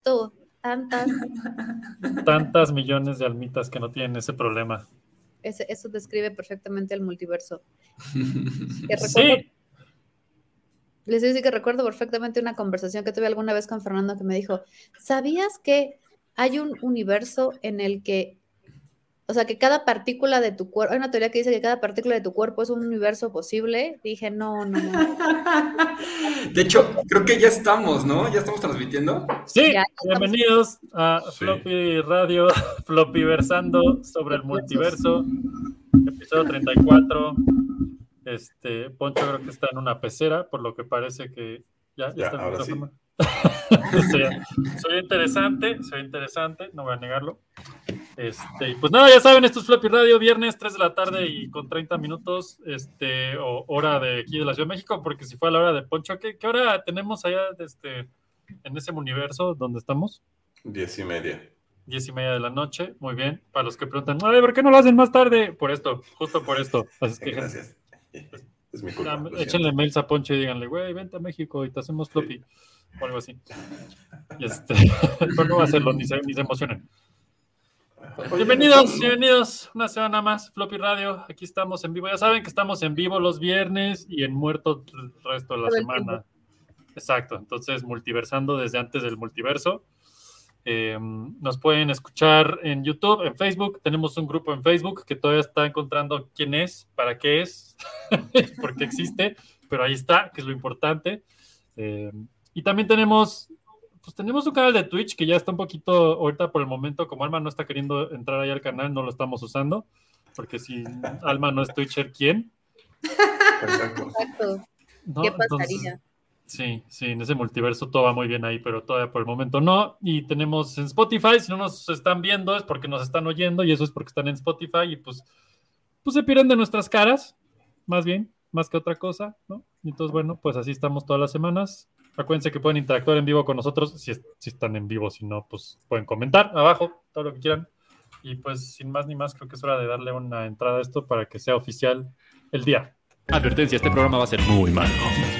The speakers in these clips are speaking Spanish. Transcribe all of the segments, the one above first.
Tú, tantas. Tantas millones de almitas que no tienen ese problema. Eso describe perfectamente el multiverso. Sí. Les digo que recuerdo perfectamente una conversación que tuve alguna vez con Fernando que me dijo, ¿sabías que hay un universo en el que, o sea, que cada partícula de tu cuerpo, hay una teoría que dice que cada partícula de tu cuerpo es un universo posible? Dije, no. De hecho, creo que ya estamos, ¿no? ¿Ya estamos transmitiendo? Sí, Ya bienvenidos a Floppy Radio, Floppyversando sobre el multiverso, episodio 34. Poncho creo que está en una pecera, por lo que parece que ya está el ahora micrófono. Soy interesante, no voy a negarlo. Y pues nada, ya saben, esto es Floppy Radio, viernes 3 de la tarde y con 30 minutos, o hora de aquí de la Ciudad de México, porque si fue a la hora de Poncho, ¿qué hora tenemos allá en ese universo donde estamos? 10:30. 10:30 de la noche, muy bien. Para los que preguntan, ¿por qué no lo hacen más tarde? Por esto, justo por esto. Así es que, gracias. Es mi culpa. Échenle mails a Poncho y díganle, güey, vente a México y te hacemos floppy. Sí. O algo así. Pero no va a hacerlo, ni se emocionen. Bienvenidos, una semana más, Floppy Radio, aquí estamos en vivo, ya saben que estamos en vivo los viernes y en muerto el resto de la semana. Exacto, entonces multiversando desde antes del multiverso. Nos pueden escuchar en YouTube, en Facebook, tenemos un grupo en Facebook que todavía está encontrando quién es, para qué es, por qué existe, pero ahí está, que es lo importante. Y también tenemos un canal de Twitch que ya está un poquito, ahorita por el momento, como Alma no está queriendo entrar ahí al canal, no lo estamos usando, porque si Alma no es Twitcher, ¿quién? Exacto. ¿No? ¿Qué pasaría? Entonces, sí, en ese multiverso todo va muy bien ahí, pero todavía por el momento no. Y tenemos en Spotify, si no nos están viendo es porque nos están oyendo y eso es porque están en Spotify y pues se pierden de nuestras caras, más bien, más que otra cosa, ¿no? Y entonces, bueno, pues así estamos todas las semanas. Acuérdense que pueden interactuar en vivo con nosotros, si están en vivo, si no, pues pueden comentar abajo, todo lo que quieran. Y pues sin más ni más, creo que es hora de darle una entrada a esto para que sea oficial el día. Advertencia, este programa va a ser muy malo.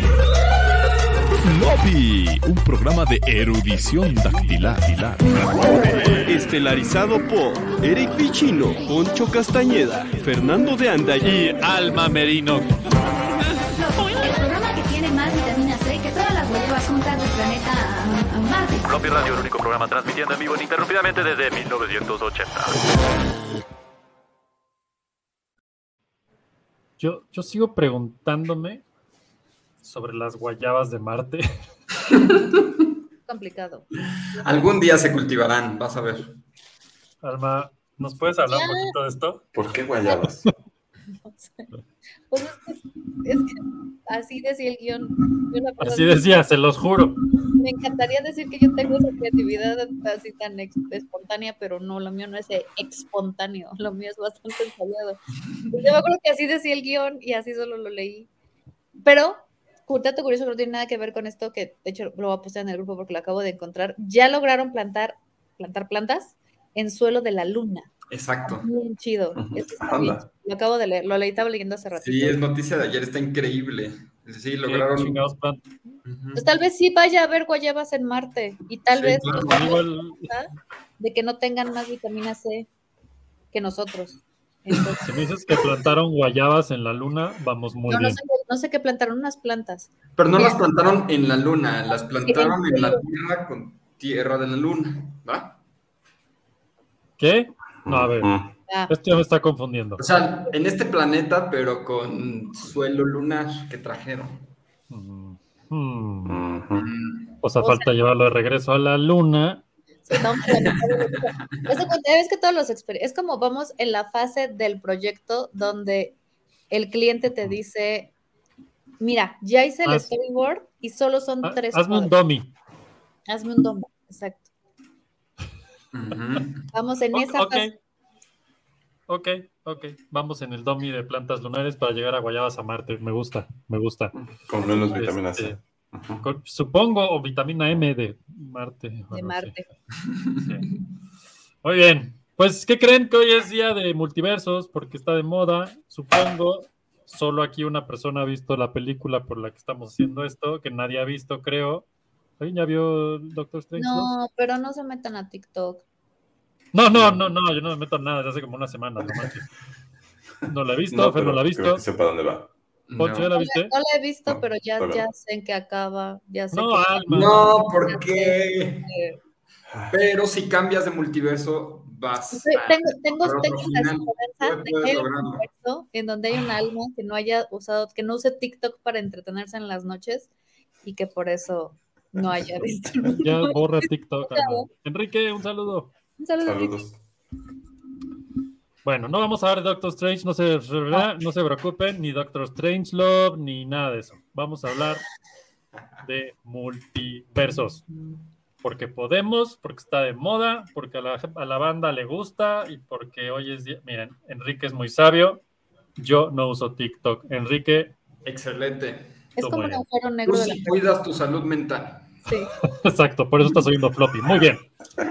Floppy, un programa de erudición dactilar. Estelarizado por Eric Pichino, Poncho Castañeda, Fernando de Anda y Alma Merino. El programa que tiene más vitamina C que todas las guayabas juntas del planeta Marte. Floppy Radio, el único programa transmitiendo en vivo ininterrumpidamente desde 1980. Yo sigo preguntándome sobre las guayabas de Marte. Complicado. Algún día se cultivarán, vas a ver. Alma, ¿nos puedes hablar un poquito de esto? ¿Por qué guayabas? No sé. Pues es que así decía el guión. Así decía, se los juro. Me encantaría decir que yo tengo esa creatividad así tan espontánea, pero no, lo mío no es espontáneo, lo mío es bastante ensayado. Pues yo me acuerdo que así decía el guión y así solo lo leí. Pero, dato curioso que no tiene nada que ver con esto, que de hecho lo voy a postear en el grupo porque lo acabo de encontrar, ya lograron plantar plantas en suelo de la luna. Exacto. Bien chido. Bien. Lo acabo de leer, estaba leyendo hace ratito. Sí, es noticia de ayer, está increíble. Sí, lograron. Pues tal vez sí vaya a haber guayabas en Marte y tal vez de que no tengan más vitamina C que nosotros. Entonces, si me dices que plantaron guayabas en la luna, vamos muy bien. No sé qué plantaron, unas plantas. Pero no las plantaron en la luna, las plantaron en la Tierra con tierra de la luna, ¿va? ¿Qué? No, a ver. Esto ya me está confundiendo. O sea, en este planeta, pero con suelo lunar que trajeron. Pues a falta llevarlo de regreso a la luna. Sí, es que todos los es como vamos en la fase del proyecto donde el cliente te dice, mira, ya hice el storyboard y solo son 3 hazme un dummy. Hazme un dummy, exacto. Vamos en esa fase. Ok. Vamos en el dummy de plantas lunares para llegar a guayabas a Marte. Me gusta. Con menos vitamina C. Supongo, o vitamina M de Marte. De Marte. Sí. Muy bien. Pues, ¿qué creen? Que hoy es día de multiversos porque está de moda. Supongo, solo aquí una persona ha visto la película por la que estamos haciendo esto, que nadie ha visto, creo. ¿Alguien ya vio Doctor Strange 2? No, pero no se metan a TikTok. No, yo no me meto en nada desde hace como una semana, no manches. No la he visto, Fer no la ha visto. Creo que sepa dónde va. Poncho, ¿ya la viste? No la he visto, No, pero ya todavía no. sé en qué acaba. Ya sé No, que- Alma. No, ¿por qué? eh, Pero si cambias de multiverso, vas a... Tengo otro la final. esperanza de que Puedes haya un lograrlo. universo en donde hay un alma que no haya usado, que no use TikTok para entretenerse en las noches y que por eso no haya visto. Ya borra TikTok, Alma. Enrique, un saludo. Un saludo. Saludos. Bueno, no vamos a hablar de Doctor Strange, no se preocupen, ni Doctor Strange Love, ni nada de eso. Vamos a hablar de multiversos. Porque podemos, porque está de moda, porque a la banda le gusta y porque hoy es día. Miren, Enrique es muy sabio. Yo no uso TikTok. Enrique, Excelente. Es como Muy un bien. agujero Tú negro de la sí cuidas tu salud mental. Sí. exacto, por eso estás oyendo floppy. Muy bien.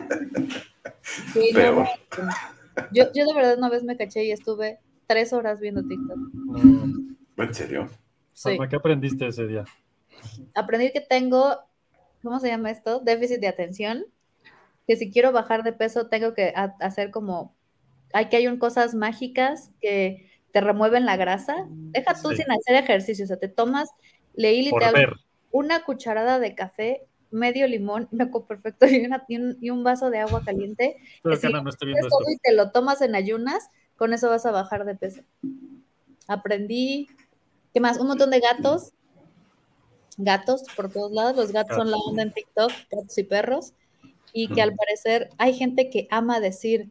Sí, Peor. yo de verdad una vez me caché y estuve 3 horas viendo TikTok. ¿En serio? Sí. Alma, ¿qué aprendiste ese día? Aprendí que tengo, ¿cómo se llama esto? Déficit de atención. Que si quiero bajar de peso tengo que hacer como, que hay cosas mágicas que te remueven la grasa. Deja tú Sí. sin hacer ejercicio, o sea, te tomas, leí Por literal ver. una cucharada de café, medio limón, loco perfecto, y un vaso de agua caliente. Espero que que si Ana no esté viendo haces todo esto. y te lo tomas en ayunas, con eso vas a bajar de peso. Aprendí, ¿qué más? Un montón de gatos por todos lados. Los gatos son la onda en TikTok, gatos y perros, y que al parecer hay gente que ama decir,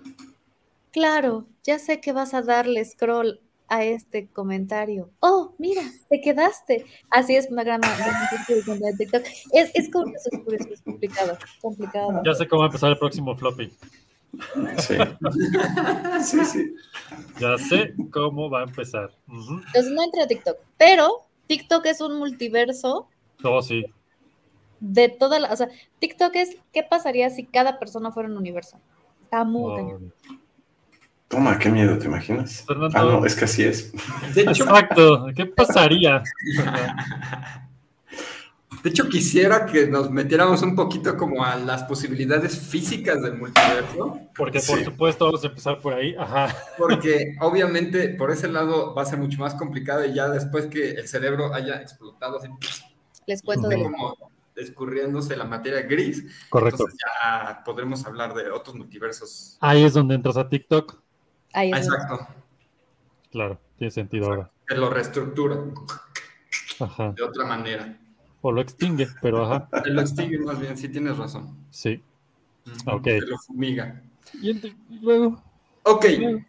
claro, ya sé que vas a darle scroll a este comentario. Oh, mira, te quedaste. Así es una gran de TikTok. Es curioso, es complicado. Ya sé cómo va a empezar el próximo floppy. Sí. Sí. Ya sé cómo va a empezar. Ujú. Entonces no entré a TikTok, pero TikTok es un multiverso Oh, sí. de toda la, o sea, TikTok es ¿qué pasaría si cada persona fuera un universo? Está muy Oh, cañón. Toma, qué miedo, ¿te imaginas? Fernando. Ah, no, es que así es. De hecho, Exacto. ¿Qué pasaría? quisiera que nos metiéramos un poquito como a las posibilidades físicas del multiverso, Porque por Sí. supuesto vamos a empezar por ahí. Ajá. porque obviamente por ese lado va a ser mucho más complicado y ya después que el cerebro haya explotado así, Les cuento esté de como escurriéndose la materia gris, Correcto. entonces ya podremos hablar de otros multiversos. Ahí es donde entras a TikTok. ahí es Exacto, Claro, tiene sentido ahora. que lo reestructura Ajá. de otra manera. O lo extingue, pero ajá. Que lo extingue más bien, sí tienes razón. Sí. Ok. Que lo fumiga. Y luego. Ok,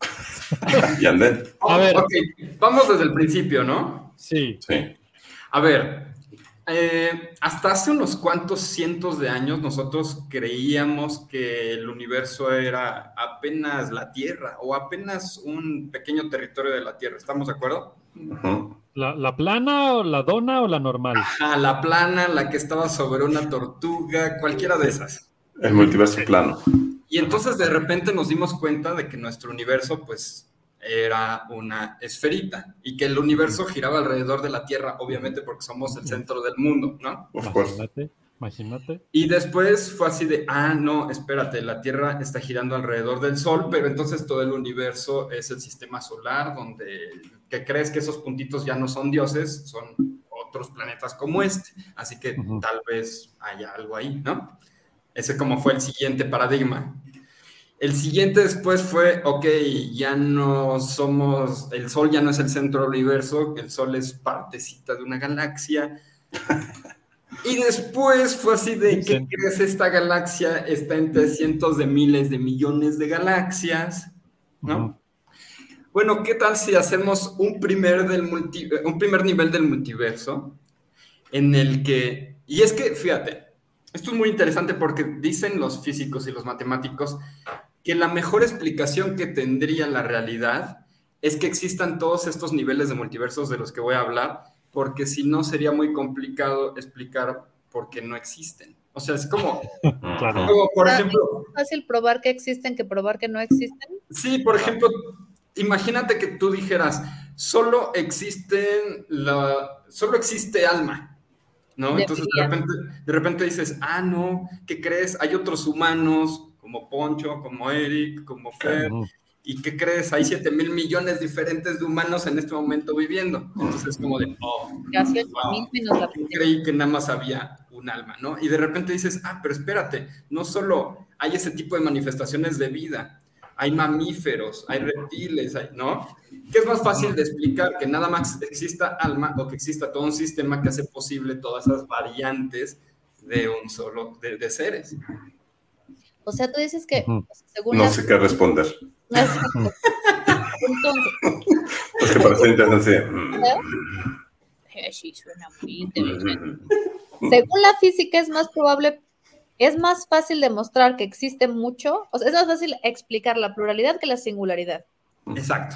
Y anden. A ver. ok, vamos desde el principio, ¿no? Sí. Sí. A ver, hasta hace unos cuantos cientos de años nosotros creíamos que el universo era apenas la Tierra o apenas un pequeño territorio de la Tierra, ¿estamos de acuerdo? Ujú. ¿La plana o la dona o la normal? Ajá, la plana, la que estaba sobre una tortuga, cualquiera de esas. El multiverso plano. Y entonces de repente nos dimos cuenta de que nuestro universo pues era una esferita y que el universo giraba alrededor de la Tierra, obviamente porque somos el centro del mundo, ¿no? Of course. Imagínate. Y después fue así de, no, espérate, la Tierra está girando alrededor del Sol, pero entonces todo el universo es el sistema solar, donde que crees que esos puntitos ya no son dioses, son otros planetas como este, así que Ujú. tal vez haya algo ahí, ¿no? Ese como fue el siguiente paradigma. El siguiente después fue, ok, ya no somos, el Sol ya no es el centro del universo, el Sol es partecita de una galaxia. Y después fue así de, ¿qué crees? Esta galaxia está entre cientos de miles de millones de galaxias, ¿no? Ujú. Bueno, ¿qué tal si hacemos un primer nivel del multiverso en el que... Y es que, fíjate, esto es muy interesante porque dicen los físicos y los matemáticos que la mejor explicación que tendría la realidad es que existan todos estos niveles de multiversos de los que voy a hablar, porque si no sería muy complicado explicar por qué no existen. O sea, es como, Claro. como por ejemplo... Es fácil probar que existen que probar que no existen. Sí, por ejemplo, imagínate que tú dijeras, solo existe Alma, ¿no? Entonces de repente dices, no, ¿qué crees? Hay otros humanos como Poncho, como Eric, como Fer, ¿y qué crees? Hay 7,000 millones diferentes de humanos en este momento viviendo. Entonces como de, Casi 8,000 menos la yo creí que nada más había un alma, ¿no? Y de repente dices, pero espérate, no solo hay ese tipo de manifestaciones de vida, hay mamíferos, hay reptiles, ¿no? ¿Qué es más fácil de explicar? Que nada más exista alma o que exista todo un sistema que hace posible todas esas variantes de un solo, de seres. O sea, tú dices que, según no sé qué responder. Entonces, Es que parece interesante. Sí, suena muy interesante. Según la física es más fácil demostrar que existe mucho, o sea, es más fácil explicar la pluralidad que la singularidad. Exacto.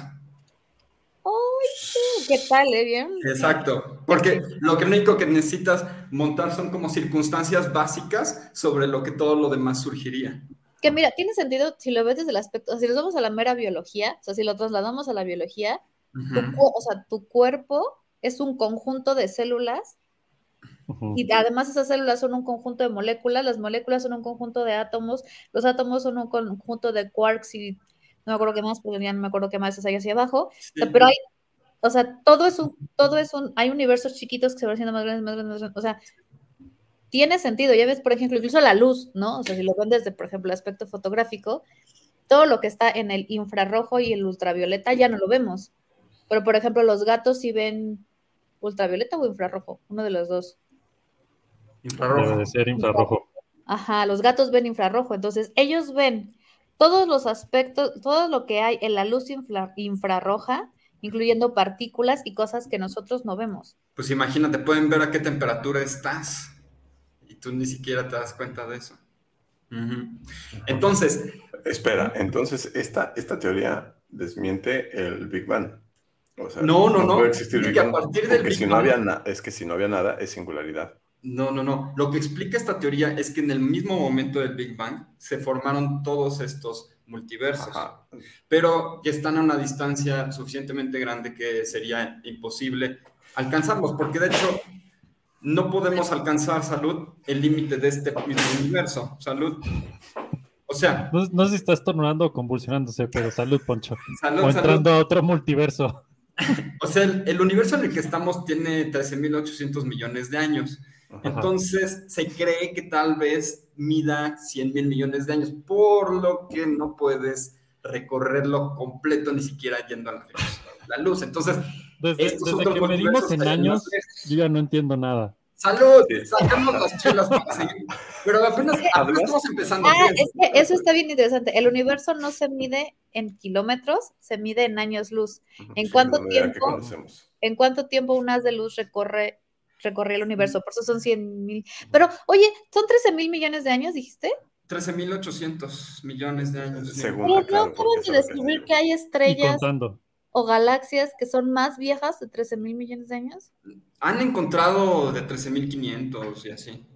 ¡Ay, qué tal, bien! Exacto, porque lo único que necesitas montar son como circunstancias básicas sobre lo que todo lo demás surgiría. Que mira, tiene sentido si lo ves desde el aspecto, o sea, si nos vamos a la mera biología, o sea, si lo trasladamos a la biología, tu cuerpo es un conjunto de células y además esas células son un conjunto de moléculas, las moléculas son un conjunto de átomos, los átomos son un conjunto de quarks y no me acuerdo qué más, porque ya no me acuerdo qué más es ahí hacia abajo, sí. O sea, pero hay, o sea, hay universos chiquitos que se van haciendo más grandes, o sea, tiene sentido, ya ves, por ejemplo, incluso la luz, ¿no? O sea, si lo ven desde, por ejemplo, el aspecto fotográfico, todo lo que está en el infrarrojo y el ultravioleta ya no lo vemos. Pero, por ejemplo, los gatos sí ven ultravioleta o infrarrojo, uno de los dos. Infrarrojo. Debe de ser infrarrojo. Ajá, los gatos ven infrarrojo, entonces ellos ven todos los aspectos, todo lo que hay en la luz infrarroja, incluyendo partículas y cosas que nosotros no vemos. Pues imagínate, pueden ver a qué temperatura estás y tú ni siquiera te das cuenta de eso. Entonces... Espera, entonces esta teoría desmiente el Big Bang. O sea, no. puede existir Big Bang, a partir del Big Bang, es que si no había nada, es singularidad. No. Lo que explica esta teoría es que en el mismo momento del Big Bang se formaron todos estos multiversos, pero que están a una distancia suficientemente grande que sería imposible alcanzarlos, porque de hecho no podemos alcanzar, Salud, el límite de este mismo universo. Salud. O sea... No sé si está estornudando o convulsionándose, pero salud, Poncho. Salud, o entrando a otro multiverso. O sea, el universo en el que estamos tiene 13,800 millones de años. Entonces, se cree que tal vez mida 100,000 millones de años, por lo que no puedes recorrerlo completo ni siquiera yendo a la luz. Entonces, desde que medimos en años, yo ya no entiendo nada. ¡Salud! Sacamos las chelas para seguir. Pero apenas estamos empezando. Es que eso está bien interesante. El universo no se mide en kilómetros, se mide en años luz. ¿En cuánto tiempo un haz de luz recorre el universo? Por eso son 100,000. Pero, oye, ¿son 13,000 millones de años, dijiste? 13,800 millones de años. Según pero no acaban de descubrir que hay estrellas o galaxias que son más viejas de 13,000 millones de años. Han encontrado de 13,500 y así.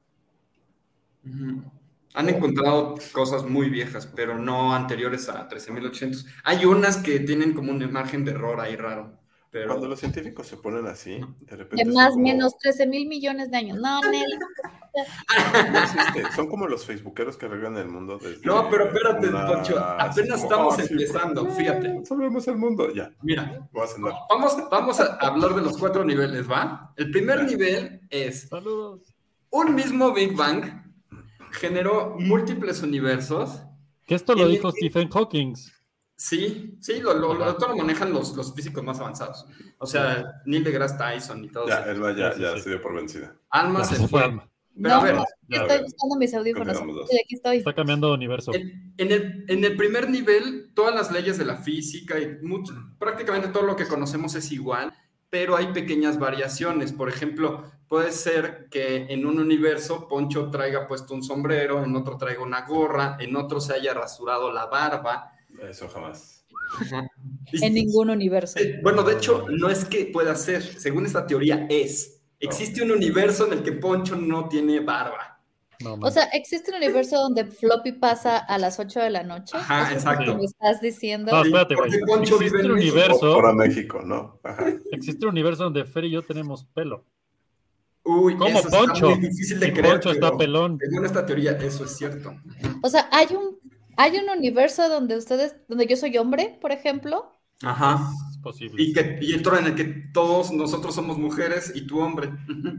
Han encontrado cosas muy viejas, pero no anteriores a 13,800. Hay unas que tienen como un margen de error ahí raro. Pero... Cuando los científicos se ponen así, de repente... De más o menos 13,000 millones de años. No, Nel. No existe. Son como los facebookeros que arreglan el mundo. No, pero espérate, Poncho. Apenas estamos empezando, fíjate. Salvemos el mundo, ya. Mira, vamos a hablar de los 4 niveles, ¿va? El primer nivel es... Saludos. Un mismo Big Bang generó múltiples universos. Que esto lo dijo Stephen Hawking. Sí, todo lo manejan los físicos más avanzados. O sea, Neil deGrasse Tyson y todo eso. Elba ya se dio por vencida. Alma se fue. Pero a ver, estoy buscando mis audífonos. Sí, aquí estoy. Está cambiando de universo. En el primer nivel, todas las leyes de la física y prácticamente todo lo que conocemos es igual, pero hay pequeñas variaciones. Por ejemplo, puede ser que en un universo Poncho traiga puesto un sombrero, en otro traiga una gorra, en otro se haya rasurado la barba. Eso jamás. En ningún universo. Bueno, de hecho, no es que pueda ser. Según esta teoría, existe un universo en el que Poncho no tiene barba. O sea, ¿existe un universo donde Floppy pasa a las 8 de la noche? Ajá, exacto. ¿Me estás diciendo? No, espérate, güey. Existe un universo... Para México, ¿no? Ajá. Existe un universo donde Fer y yo tenemos pelo. Uy, ¿Cómo, eso Poncho? está muy difícil de Si creer, Poncho está pero pelón. según esta teoría, eso es cierto. O sea, hay un universo donde donde yo soy hombre, por ejemplo. Ajá. Es posible. Y otro en el que todos nosotros somos mujeres y tú hombre.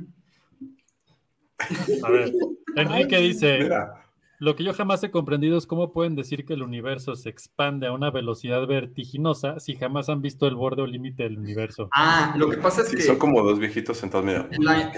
A ver, Enrique dice, Mira, lo que yo jamás he comprendido es cómo pueden decir que el universo se expande a una velocidad vertiginosa si jamás han visto el borde o límite del universo. Lo que pasa es sí, que son como dos viejitos sentados, mira.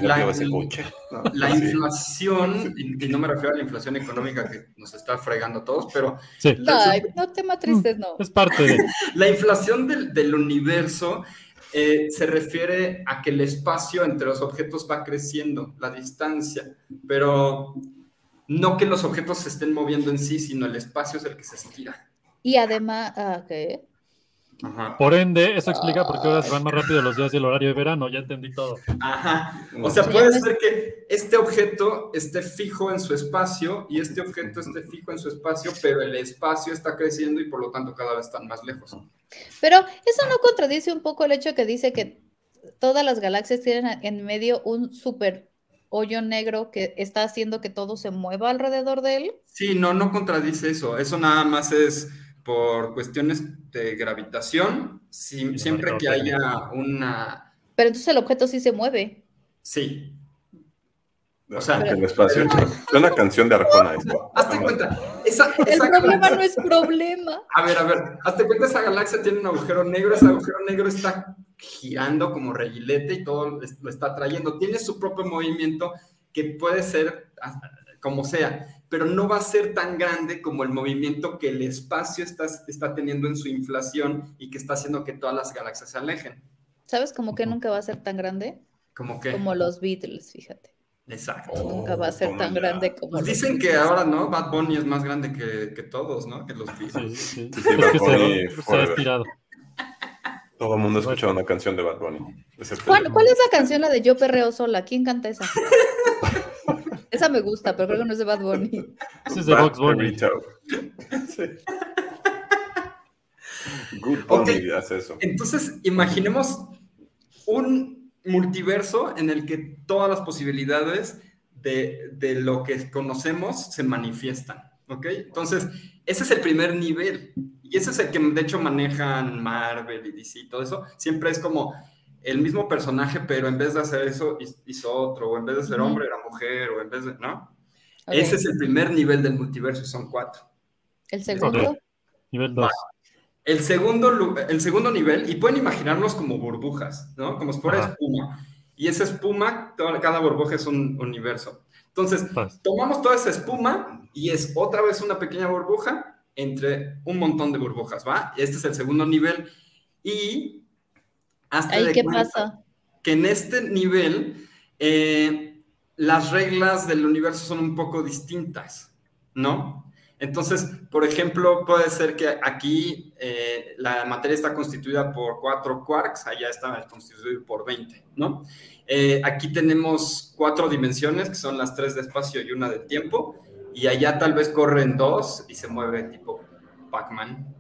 La inflación, y no me refiero a la inflación económica que nos está fregando a todos, pero Sí, Ay, no, tema tristes, no. es parte de... la inflación del universo se refiere a que el espacio entre los objetos va creciendo, la distancia, pero no que los objetos se estén moviendo en sí, sino el espacio es el que se estira. Y además, ¿qué? Ajá. Por ende, eso explica por qué ahora se van más rápido los días del horario de verano, ya entendí todo. Ajá. O sea, Sí, puede ya ser que este objeto esté fijo en su espacio y este objeto esté fijo en su espacio, pero el espacio está creciendo y por lo tanto cada vez están más lejos. Pero eso no contradice un poco el hecho que dice que todas las galaxias tienen en medio un super hoyo negro que está haciendo que todo se mueva alrededor de él. Sí, no contradice eso. Eso nada más es por cuestiones de gravitación. Siempre que haya una... Pero entonces el objeto sí se mueve. Sí. O sea, el espacio. Es una canción de Arjona. Hazte cuenta. El problema no es problema. A ver, hazte cuenta, esa galaxia tiene un agujero negro, ese agujero negro está girando como reguilete y todo lo está trayendo. Tiene su propio movimiento que puede ser como sea, pero no va a ser tan grande como el movimiento que el espacio está teniendo en su inflación y que está haciendo que todas las galaxias se alejen. ¿Sabes cómo que nunca va a ser tan grande? ¿Cómo qué? Como los Beatles, fíjate. Exacto. Nunca va a ser tan grande como Pues los dicen Beatles. que ahora, ¿no? Bad Bunny es más grande que todos, ¿no? Que los Beatles. Sí. Sí, Es Bad que Bunny se ha estirado. Todo el mundo ha escuchado una canción de Bad Bunny. ¿Cuál es la canción, la de Yo Perreo Sola? ¿Quién canta esa? Esa me gusta, pero creo que no es de Bad Bunny. Ese es de Box Bunny. Sí. Good Bunny hace eso. Entonces, imaginemos un multiverso en el que todas las posibilidades de lo que conocemos se manifiestan, ¿ok? Entonces, ese es el primer nivel. Y ese es el que, de hecho, manejan Marvel y DC y todo eso. Siempre es como el mismo personaje, pero en vez de hacer eso, hizo otro. O en vez de ser hombre, era mujer. O en vez de... ¿no? Okay. Ese es el primer nivel del multiverso y son 4. ¿El segundo? Okay. Nivel 2. El segundo nivel, y pueden imaginarlos como burbujas, ¿no? Como si fuera espuma. Y esa espuma, cada burbuja es un universo. Entonces, tomamos toda esa espuma y es otra vez una pequeña burbuja entre un montón de burbujas, ¿va? Este es el segundo nivel. Y hasta ¿Ahí qué pasa? Que en este nivel las reglas del universo son un poco distintas, ¿no? Entonces, por ejemplo, puede ser que aquí la materia está constituida por 4 quarks, allá está constituido por 20, ¿no? Aquí tenemos 4 dimensiones, que son las 3 de espacio y 1 de tiempo, y allá tal vez corren 2 y se mueve tipo Pac-Man.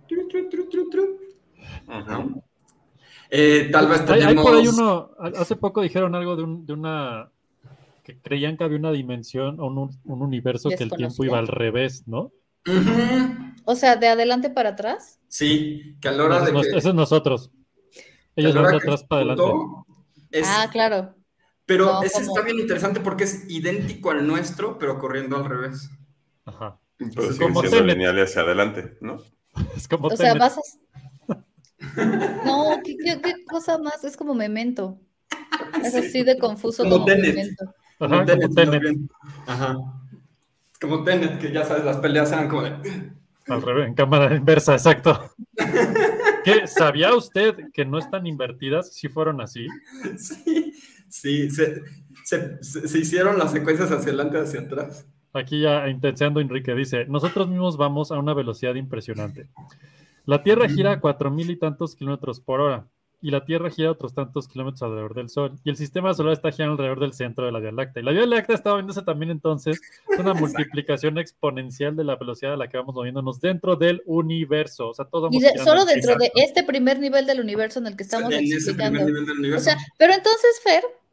¿No? Tal vez tenemos... Hay por ahí uno, hace poco dijeron algo de una... que creían que había una dimensión o un universo que el tiempo iba al revés, ¿no? O sea, ¿de adelante para atrás? Sí, que a la hora de que... Eso es nosotros. Ellos van de atrás para adelante. Claro. Pero ese está bien interesante porque es idéntico al nuestro, pero corriendo al revés. Ajá. Pero sigue siendo lineal hacia adelante, ¿no? Es como o sea, vas a... No, ¿qué cosa más? Es como Memento. Es así de confuso como Memento. Ajá, como Tenet. Ajá. Como Tenet, que ya sabes, las peleas eran como de... Al revés, en cámara inversa, exacto. ¿Qué? ¿Sabía usted que no están invertidas? ¿Sí fueron así? Sí, se hicieron las secuencias hacia adelante y hacia atrás. Aquí ya intenseando Enrique dice, nosotros mismos vamos a una velocidad impresionante. La Tierra gira a 4,000 y tantos kilómetros por hora y la Tierra gira a otros tantos kilómetros alrededor del Sol y el sistema solar está girando alrededor del centro de la Vía Láctea. Y la Vía Láctea está moviéndose también entonces, es una multiplicación exponencial de la velocidad a la que vamos moviéndonos dentro del universo. O sea, todos vamos solo dentro de este primer nivel del universo en el que estamos explicando. Ese primer nivel del universo. O sea, pero entonces, Fer,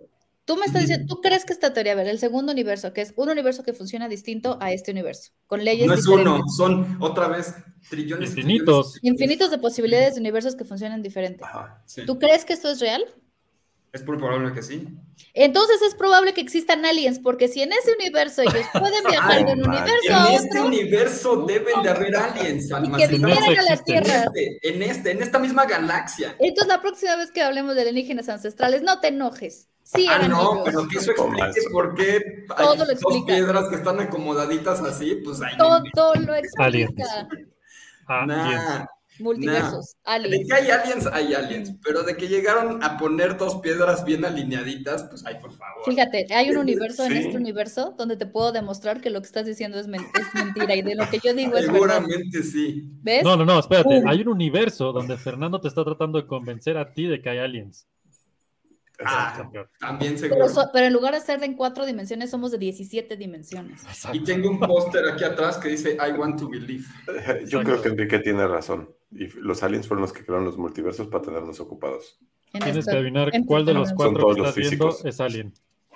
Tú me estás diciendo, ¿tú crees que esta teoría, a ver, el segundo universo, que es un universo que funciona distinto a este universo, con leyes No es diferentes? uno, son otra vez trillones y Infinitos. trillones. Infinitos de posibilidades de universos que funcionan diferente. Ajá. Sí. ¿Tú crees que esto es real? Es muy probable que sí. Entonces es probable que existan aliens, porque si en ese universo ellos pueden viajar de un universo a En este otro universo deben de haber aliens, y Alma. que Si no vinieran a la existen. Tierra. en esta misma galaxia. Entonces la próxima vez que hablemos de alienígenas ancestrales, no te enojes. Sí Ah, eran no, ellos. pero que eso Toma explique eso. por qué hay Todo lo dos explica. piedras que están acomodaditas así, pues ahí. Todo lo Aliens. explica. Nah, Multiversos, de aliens. que hay aliens, pero de que llegaron a poner dos piedras bien alineaditas, pues ay, por favor. Fíjate, hay un universo en Sí. este universo donde te puedo demostrar que lo que estás diciendo es mentira y de lo que yo digo es verdad. Seguramente sí. ¿Ves? No, espérate. ¡Pum! Hay un universo donde Fernando te está tratando de convencer a ti de que hay aliens. Ah, también Pero, seguro. pero en lugar de ser de en 4 dimensiones, somos de 17 dimensiones. Y tengo un póster aquí atrás que dice I want to believe. Yo creo que Enrique tiene razón. Y los aliens fueron los que crearon los multiversos para tenernos ocupados. En Tienes esta- que adivinar en cuál de los esta- Son 4 todos que los estás viendo físicos. es alien.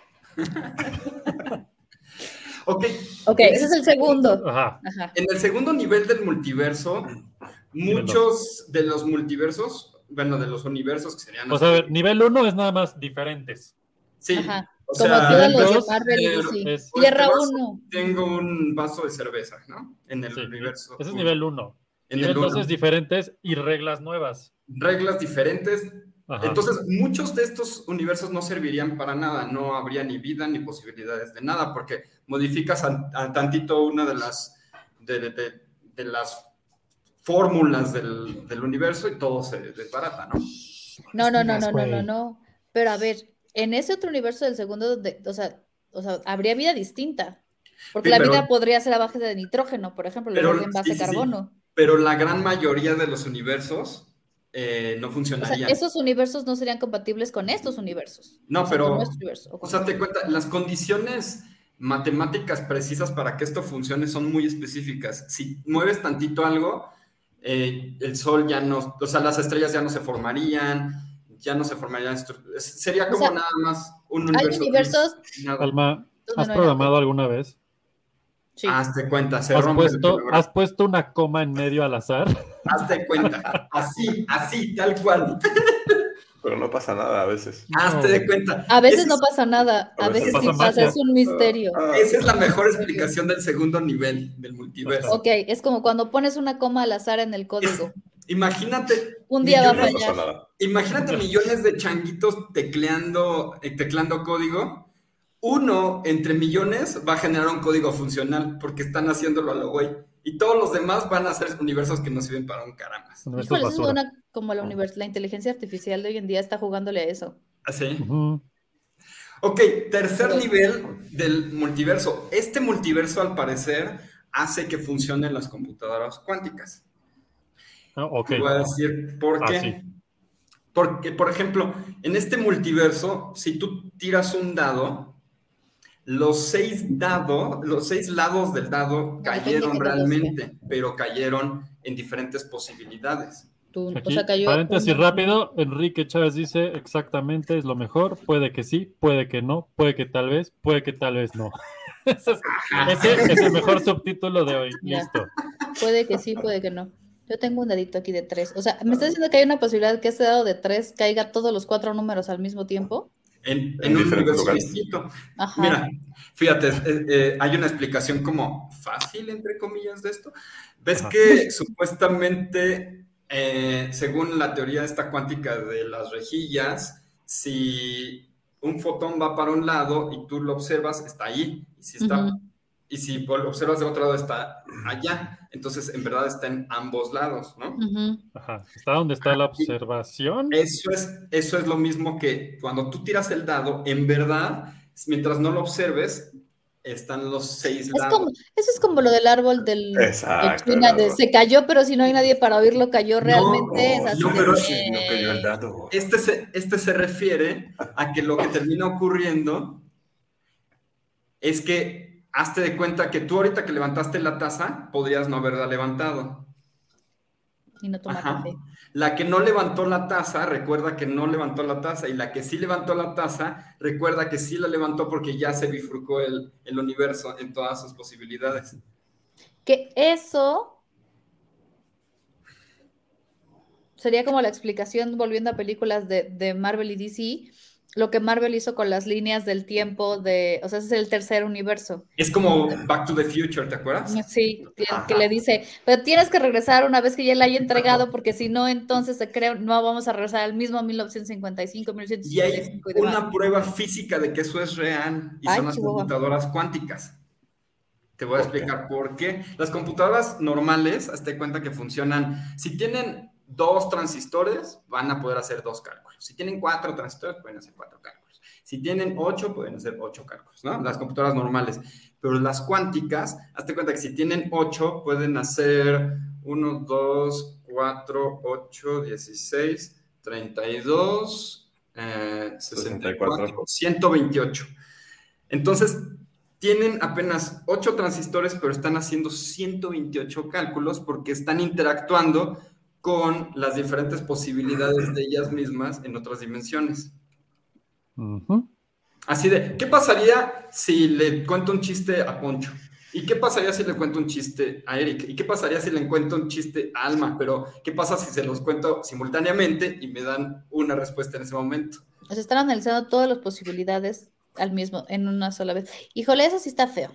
Ok. Ok, ese es el segundo. Ajá. Ajá. En el segundo nivel del multiverso, muchos de los multiversos, bueno, de los universos que serían... O sea, a ver, nivel 1 es nada más diferentes. Sí, Ajá. o Como sea, todos los dos, de Marvel y pero- DC. es- Tierra este vaso- 1. tengo un vaso de cerveza, ¿no? En el Sí, universo. ese es nivel 1. En Nivel el 2 uno. es diferentes y reglas nuevas. Reglas diferentes. Ajá. Entonces, muchos de estos universos no servirían para nada, no habría ni vida ni posibilidades de nada, porque modificas a tantito una de las fórmulas del universo y todo se desbarata, ¿no? No. Pero a ver, en ese otro universo del segundo, o sea, habría vida distinta. Porque Sí, la pero- vida podría ser a base de nitrógeno, por ejemplo, en Pero, lugar de en base sí, de sí, sí. carbono. Pero la gran mayoría de los universos no O sea, funcionarían. esos universos no serían compatibles con estos universos. No, O sea, pero, con nuestro universo, o con sea, te nuestro. cuenta, las condiciones matemáticas precisas para que esto funcione son muy específicas. Si mueves tantito algo, el sol ya no, o sea, las estrellas ya no se formarían, sería O como sea, nada más un hay universo. universos gris, nada. Alma, donde ¿has no hay programado nada. alguna vez? Sí. Hazte cuenta, se ¿Has rompe el puesto, programa. ¿Has puesto una coma en medio al azar? Hazte cuenta, así, tal cual. Pero no pasa nada a veces. Hazte de cuenta. A veces Esa no es- pasa nada, a a veces veces sí pasa pasa, magia. es un misterio. Esa es la mejor explicación del segundo nivel del multiverso. Ok, es como cuando pones una coma al azar en el código. Imagínate. Un día va a No millones- pasa fallar. nada. Imagínate millones de changuitos tecleando código. Uno entre millones va a generar un código funcional porque están haciéndolo a lo güey. Y todos los demás van a ser universos que no sirven para un caramas. No, esto es Híjole, eso basura. suena como la inteligencia artificial de hoy en día está jugándole a eso. ¿Así? Ujú. Ok, tercer nivel del multiverso. Este multiverso, al parecer, hace que funcionen las computadoras cuánticas. Ah, ok. Te voy a decir por qué. sí. Porque, por ejemplo, en este multiverso, si tú tiras un dado, los seis lados del dado cayeron realmente, pero cayeron en diferentes posibilidades. Aquí, Cayó paréntesis uno. rápido, Enrique Chávez dice exactamente es lo mejor, puede que sí, puede que no, puede que tal vez no. Ese es el mejor subtítulo de hoy, Ya. listo. Puede que sí, puede que no. Yo tengo un dadito aquí de 3. O sea, ¿me estás diciendo que hay una posibilidad que ese dado de 3 caiga todos los 4 números al mismo tiempo? En En un diferentes universo lugares. distinto. Ajá. Mira, fíjate, hay una explicación como fácil, entre comillas, de esto. Ves Ajá. que supuestamente, según la teoría esta cuántica de las rejillas, si un fotón va para un lado y tú lo observas, está ahí. Y si lo observas de otro lado, está allá. Entonces, en verdad, está en ambos lados, ¿no? Ujú. Ajá. ¿Está donde está la observación? Eso es lo mismo que cuando tú tiras el dado, en verdad, mientras no lo observes, están los 6 lados. Eso es como lo del árbol de Exacto, China, el árbol. se cayó, pero si no hay nadie para oírlo, cayó realmente. Es así no, de pero que- No cayó el dado. Este se refiere a que lo que termina ocurriendo es que hazte de cuenta que tú ahorita que levantaste la taza, podrías no haberla levantado. Y no toma Ajá. café. La que no levantó la taza, recuerda que no levantó la taza. Y la que sí levantó la taza, recuerda que sí la levantó porque ya se bifurcó el universo en todas sus posibilidades. Que eso sería como la explicación, volviendo a películas de Marvel y DC, lo que Marvel hizo con las líneas del tiempo o sea, ese es el tercer universo. Es como Back to the Future, ¿te acuerdas? Sí, que le dice, pero tienes que regresar una vez que ya la haya entregado, porque si no, entonces no vamos a regresar al mismo 1955, Y hay 1955 y demás. una prueba física de que eso es real y Ay, son las chihuahua. computadoras cuánticas. Te voy a explicar por qué. Las computadoras normales, hazte cuenta que funcionan, si tienen 2 transistores, van a poder hacer 2 cálculos. Si tienen 4 transistores, pueden hacer 4 cálculos. Si tienen 8, pueden hacer 8 cálculos, ¿no? Las computadoras normales. Pero las cuánticas, hazte cuenta que si tienen 8, pueden hacer 1, 2, 4, 8, 16, 32, 64, 128. Entonces, tienen apenas 8 transistores, pero están haciendo 128 cálculos porque están interactuando con las diferentes posibilidades de ellas mismas en otras dimensiones. Ujú. Así de, ¿qué pasaría si le cuento un chiste a Poncho? ¿Y qué pasaría si le cuento un chiste a Eric? ¿Y qué pasaría si le cuento un chiste a Alma? Pero, ¿qué pasa si se los cuento simultáneamente y me dan una respuesta en ese momento? O sea, están analizando todas las posibilidades en una sola vez. Híjole, eso sí está feo.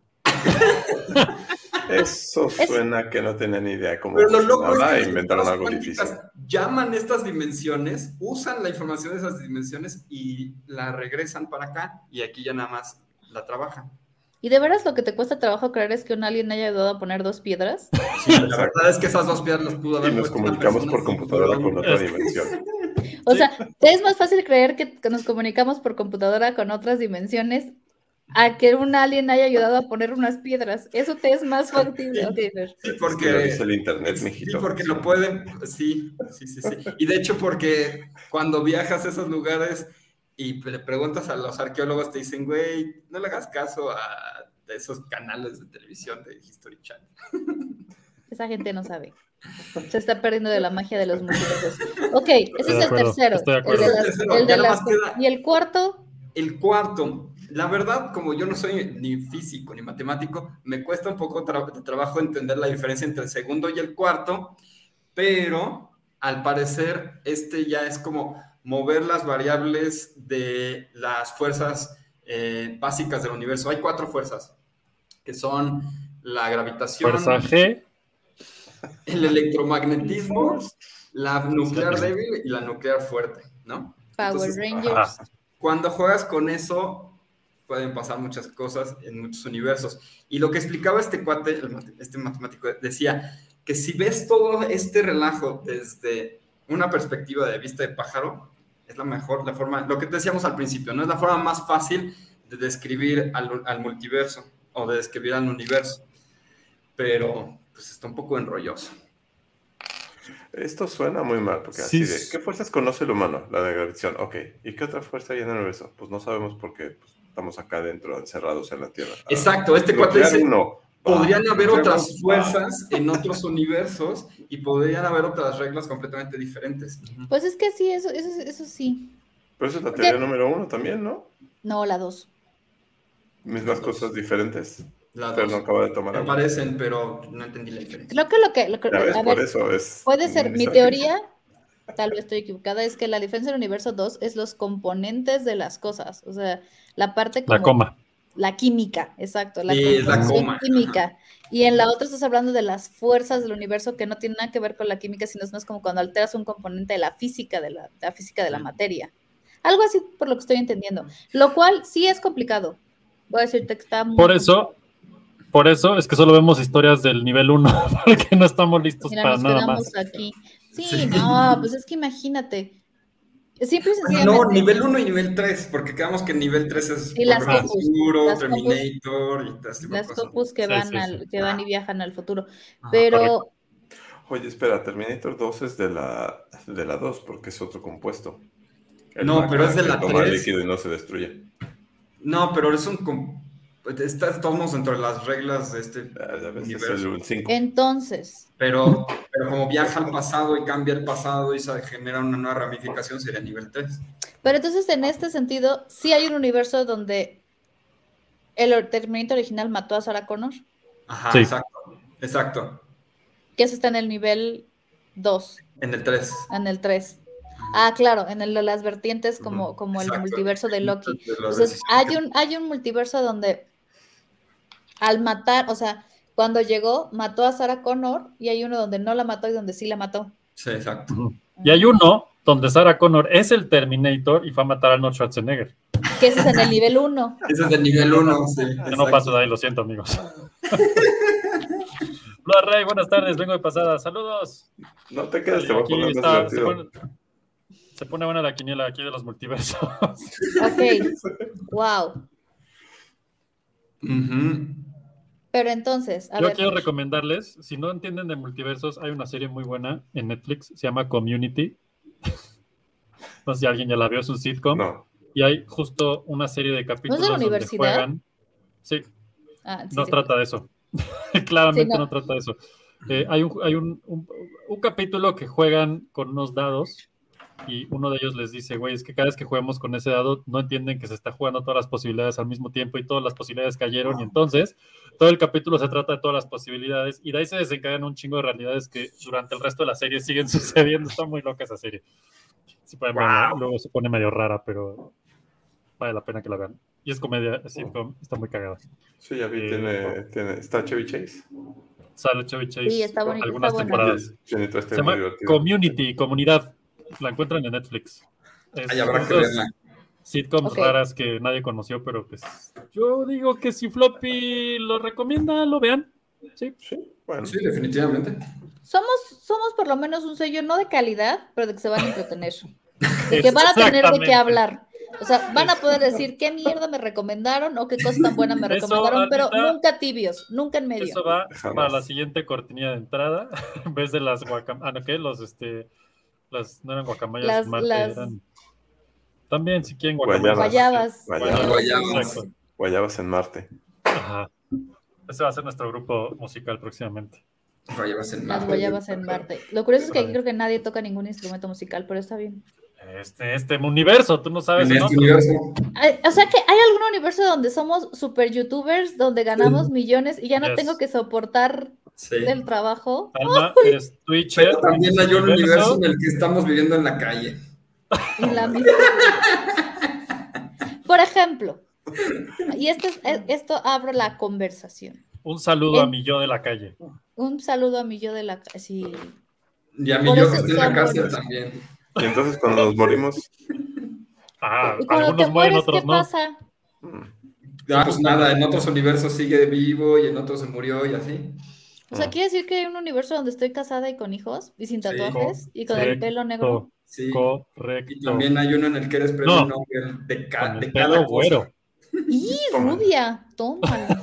Eso suena que no tenían ni idea cómo Pero lo loco es funcionaba que e inventaron algo difícil. llaman estas dimensiones, usan la información de esas dimensiones y la regresan para acá y aquí ya nada más la trabajan. ¿Y de veras lo que te cuesta trabajo creer es que un alien haya ayudado a poner 2 piedras? Sí, la verdad es que esas 2 piedras las pudo haber Y nos puesto una comunicamos persona por así, computadora pero con otra dimensión. O sea, es más fácil creer que nos comunicamos por computadora con otras dimensiones a que un alien haya ayudado a poner unas piedras. Eso te es más factible. Okay, Fer. Sí, Es que lo dice el internet, mijito. Sí, porque lo pueden, sí. Y de hecho, porque cuando viajas a esos lugares y le preguntas a los arqueólogos, te dicen, güey, no le hagas caso a esos canales de televisión de History Channel. Esa gente no sabe. Se está perdiendo de la magia de los multiversos. Ok, ese es el tercero. Estoy de acuerdo. ¿Y el cuarto? El cuarto, la verdad, como yo no soy ni físico ni matemático, me cuesta un poco de trabajo entender la diferencia entre el segundo y el cuarto, pero al parecer ya es como mover las variables de las fuerzas básicas del universo. Hay 4 fuerzas, que son la gravitación, Fuerza G, el electromagnetismo, la nuclear débil y la nuclear fuerte, ¿no? Power Rangers. Cuando juegas con eso, pueden pasar muchas cosas en muchos universos. Y lo que explicaba este cuate, este matemático, decía que si ves todo este relajo desde una perspectiva de vista de pájaro, es la forma, lo que decíamos al principio, ¿no? Es la forma más fácil de describir al multiverso o de describir al universo. Pero, pues, está un poco enrolloso. Esto suena muy mal, porque así de, ¿qué fuerzas conoce el humano? La de gravitación, ok. ¿Y qué otra fuerza hay en el universo? Pues no sabemos porque pues, estamos acá adentro, encerrados en la Tierra. Exacto, este cuate dice, podrían haber otras fuerzas en otros universos y podrían haber otras reglas completamente diferentes. Pues es que sí, eso sí. Pero eso es la teoría número 1 también, ¿no? No, la 2. Mismas cosas diferentes. La Pero no acaba de tomar agua. Me parecen, pero no entendí la diferencia. Creo que lo que ya ves, por eso es... Puede ser, mi teoría, tal vez estoy equivocada, es que la diferencia del universo 2 es los componentes de las cosas. O sea, la parte como... La coma. La química, exacto. La química. Y en la otra estás hablando de las fuerzas del universo que no tienen nada que ver con la química, sino es más como cuando alteras un componente de la física de la física de la materia. Algo así por lo que estoy entendiendo. Lo cual sí es complicado. Voy a decirte que está muy Por eso es que solo vemos historias del nivel 1, porque no estamos listos para nada más. Aquí. Sí, no, pues es que imagínate. Siempre no, nivel 1 y nivel 3, porque quedamos que nivel 3 es futuro, Terminator y todo este tipo de cosas. Las Scopus que van y viajan al futuro. Pero... Correcto. Oye, espera, Terminator 2 es de la 2, porque es otro compuesto. No, pero es de la 3. Toma líquido y no se destruye. No, pero es Estamos dentro de las reglas de este universo. Entonces. Pero como viaja al pasado y cambia el pasado y se genera una nueva ramificación, sería nivel 3. Pero entonces, en este sentido, sí hay un universo donde el Terminator original mató a Sarah Connor. Ajá, sí. Exacto. Que eso está en el nivel 2. En el 3. En el 3. Ah, claro, en el de las vertientes como el multiverso de Loki. Entonces, hay un multiverso donde al matar, o sea, cuando llegó, mató a Sarah Connor, y hay uno donde no la mató y donde sí la mató. Sí, exacto. Y hay uno donde Sarah Connor es el Terminator y fue a matar a Arnold Schwarzenegger. Que ese es en el nivel 1. Ese es el nivel 1, sí. Yo no paso de ahí, lo siento, amigos. Hola, Rey, buenas tardes, vengo de pasada. Saludos. No te quedes, te voy a poner más divertido. Se pone buena la quiniela aquí de los multiversos. Ok. Wow. Pero entonces, yo quiero recomendarles, si no entienden de multiversos, hay una serie muy buena en Netflix, se llama Community. No sé si alguien ya la vio, es un sitcom. No. Y hay justo una serie de capítulos ¿No es de la donde universidad? Juegan. Sí. Sí, no trata de eso. Claramente no trata de eso. Hay un capítulo que juegan con unos dados y uno de ellos les dice, güey, es que cada vez que juguemos con ese dado no entienden que se está jugando todas las posibilidades al mismo tiempo y todas las posibilidades cayeron, y entonces todo el capítulo se trata de todas las posibilidades y de ahí se desencadenan un chingo de realidades que durante el resto de la serie siguen sucediendo. Está muy loca esa serie. Sí, luego se pone medio rara, pero vale la pena que la vean. Y es comedia, es sitcom, está muy cagada. Sí, ya vi, ¿está Chevy Chase? Sale Chevy Chase. Sí, está bonito, algunas está temporadas. Se llama Community, comunidad. La encuentran en Netflix. Habrá que verla. Sitcoms raras que nadie conoció, pero pues yo digo que si Floppy lo recomienda, lo vean. Sí, bueno. Sí, definitivamente. Somos por lo menos un sello no de calidad, pero de que se van a entretener. De que van a tener de qué hablar. O sea, van a poder decir qué mierda me recomendaron o qué cosa tan buena me recomendaron, pero nunca tibios, nunca en medio. Eso va para la siguiente cortinilla de entrada, en vez de las no eran guacamayas, eran... También, si quieren guayabas. Guayabas en Marte. Ajá. Ese va a ser nuestro grupo musical próximamente. Las guayabas en Marte. Lo curioso es que aquí creo que nadie toca ningún instrumento musical, pero está bien. Este universo, tú no sabes. En este universo. O sea que hay algún universo donde somos super youtubers, donde ganamos millones y ya no tengo que soportar el trabajo. Alma, eres Twitcher. Pero también hay un universo en el que estamos viviendo en la calle. En la misma. Por ejemplo, y esto abre la conversación. Un saludo a mi yo de la calle. Un saludo a mi yo de la calle. Sí. Y a mi yo que estoy en la cárcel también. Y entonces cuando nos morimos. Algunos mueren, otros ¿qué no. Pasa? Pues nada, en otros universos sigue vivo y en otros se murió y así. O sea, quiere decir que hay un universo donde estoy casada y con hijos y sin tatuajes y con el pelo negro. Sí, correcto. Y también hay uno en el que eres premio Nobel de cada güero. ¡Y rubia! Tómala.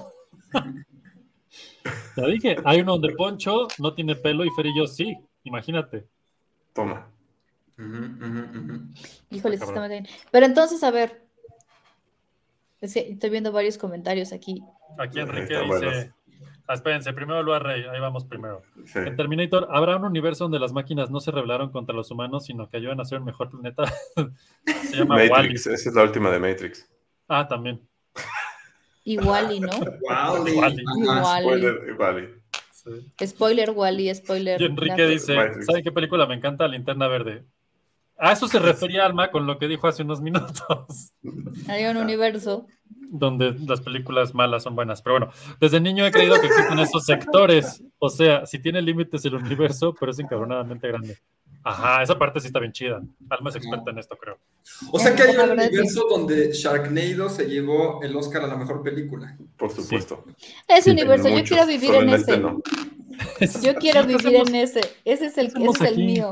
Ya dije, hay uno donde Poncho no tiene pelo y Fer y yo sí. Imagínate. Toma. Híjole, está muy bien. Pero entonces, a ver. Estoy viendo varios comentarios aquí. Aquí Enrique dice... espérense, primero Lua Rey, ahí vamos primero. Sí. En Terminator, ¿habrá un universo donde las máquinas no se rebelaron contra los humanos, sino que ayudan a ser un mejor planeta? Se llama Matrix, Wall-E. Esa es la última de Matrix. También. Y Wall-E, ¿no? Wall-E. Sí. Spoiler, Wall-E, spoiler. Y Enrique dice, ¿saben qué película me encanta? Linterna Verde. A eso se refería Alma con lo que dijo hace unos minutos. Hay un universo donde las películas malas son buenas. Pero bueno, desde niño he creído que existen esos sectores. O sea, si tiene límites el universo, pero es encabronadamente grande. Ajá, esa parte sí está bien chida. Alma es experta en esto, creo. O sea que hay un universo donde Sharknado se llevó el Oscar a la mejor película. Por supuesto. Ese universo, yo quiero vivir en ese. No. Yo quiero vivir en ese. Ese es el mío.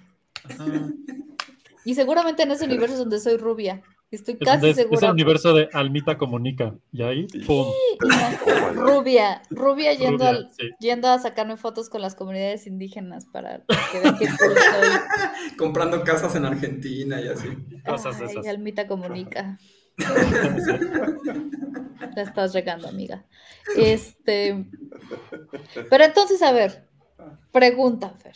Y seguramente en ese universo es donde soy rubia. Estoy casi segura. Es el universo de Almita Comunica. Y ahí, ¡pum! Rubia yendo a sacarme fotos con las comunidades indígenas para que vean que soy. Comprando casas en Argentina y así. Cosas de esas. Almita Comunica. La estás regando, amiga. Pero entonces, a ver, pregunta, Fer.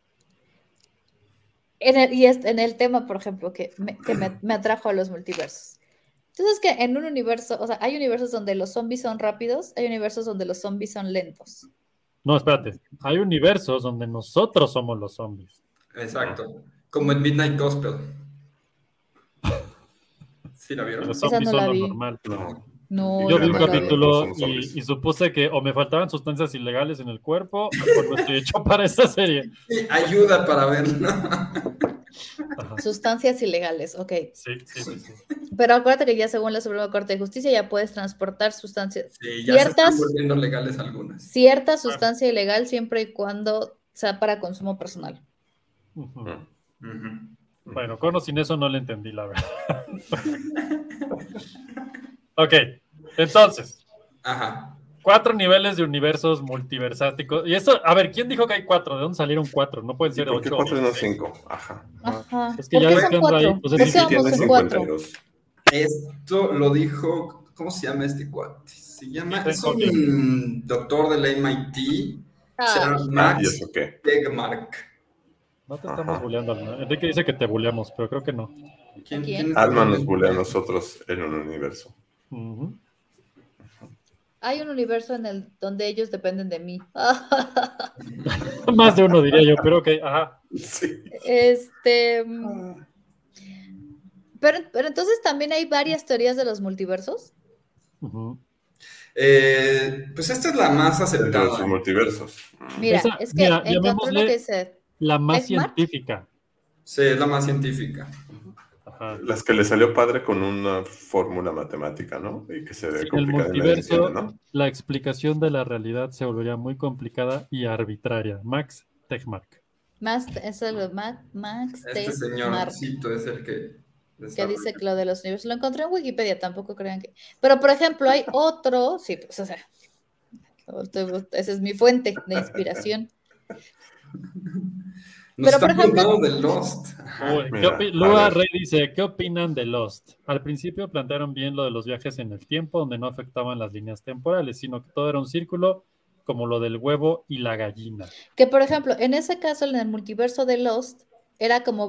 En el tema, por ejemplo, que me atrajo a los multiversos. Entonces, que en un universo, o sea, hay universos donde los zombies son rápidos, hay universos donde los zombies son lentos. No, espérate. Hay universos donde nosotros somos los zombies. Exacto. Como en Midnight Gospel. ¿Sí la vieron? Los Esa zombies no la son lo vi. normal. No, Yo vi un no la vi. capítulo Somos zombies. y supuse que o me faltaban sustancias ilegales en el cuerpo o no estoy hecho para esa serie. Sí, ayuda para verlo. Ajá. Sustancias ilegales, ok. Sí. Pero acuérdate que ya según la Suprema Corte de Justicia ya puedes transportar sustancias. Sí, ya se están Ciertas, volviendo legales algunas. cierta sustancia ilegal siempre y cuando sea para consumo personal. Ujú. Ujú. Bueno, con o sin eso no le entendí, la verdad. Ok, entonces, Ajá. 4 niveles de universos multiversáticos. Y eso, a ver, ¿quién dijo que hay 4? ¿De dónde salieron 4? No pueden ¿Y ser por qué 8. 4 y no 5? Ajá. Ajá. Es que ¿Por ya qué ves son que ando ahí, 4? pues ¿Por es qué que vamos Tiene en 4? 52. Esto lo dijo, ¿cómo se llama este cuate? Se llama, Stephen es Hawking. un doctor del MIT, se llama Ay, ¿Y Max eso qué? Tegmark. No te estamos Ajá. bulleando, Alma. Enrique dice que te bulleamos, pero creo que no. ¿Quién? es Alma el- nos bulea a nosotros en un universo. Ujú. hay un universo en el donde ellos dependen de mí. Más de uno diría yo, pero ok, ajá. Sí. Pero entonces también hay varias teorías de los multiversos. Ujú. Pues esta es la más Dentro de sus aceptada. multiversos. Mira, Esa, es que mira, encontré una llamémosle que dice la más Tegmark. científica. Sí, es la más científica. Ajá. Las que le salió padre con una fórmula matemática, ¿no? Y que se ve Sin el complicada y nadie multiverso, entiende, ¿no? la explicación de la realidad se volvería muy complicada y arbitraria. Max Tegmark. Max Este Tegmark, señorcito es el que que desarrolla. dice que lo de los universos. Lo encontré en Wikipedia, tampoco crean que. Pero, por ejemplo, hay otro. Sí, pues, o sea, esa es mi fuente de inspiración. Nos Pero, por están ejemplo- contando de Lost. Ajá. Uy, Mira, Lua a ver. Rey dice, ¿qué opinan de Lost? Al principio plantearon bien lo de los viajes en el tiempo, donde no afectaban las líneas temporales, sino que todo era un círculo, como lo del huevo y la gallina. Que, por ejemplo, en ese caso, en el multiverso de Lost, era como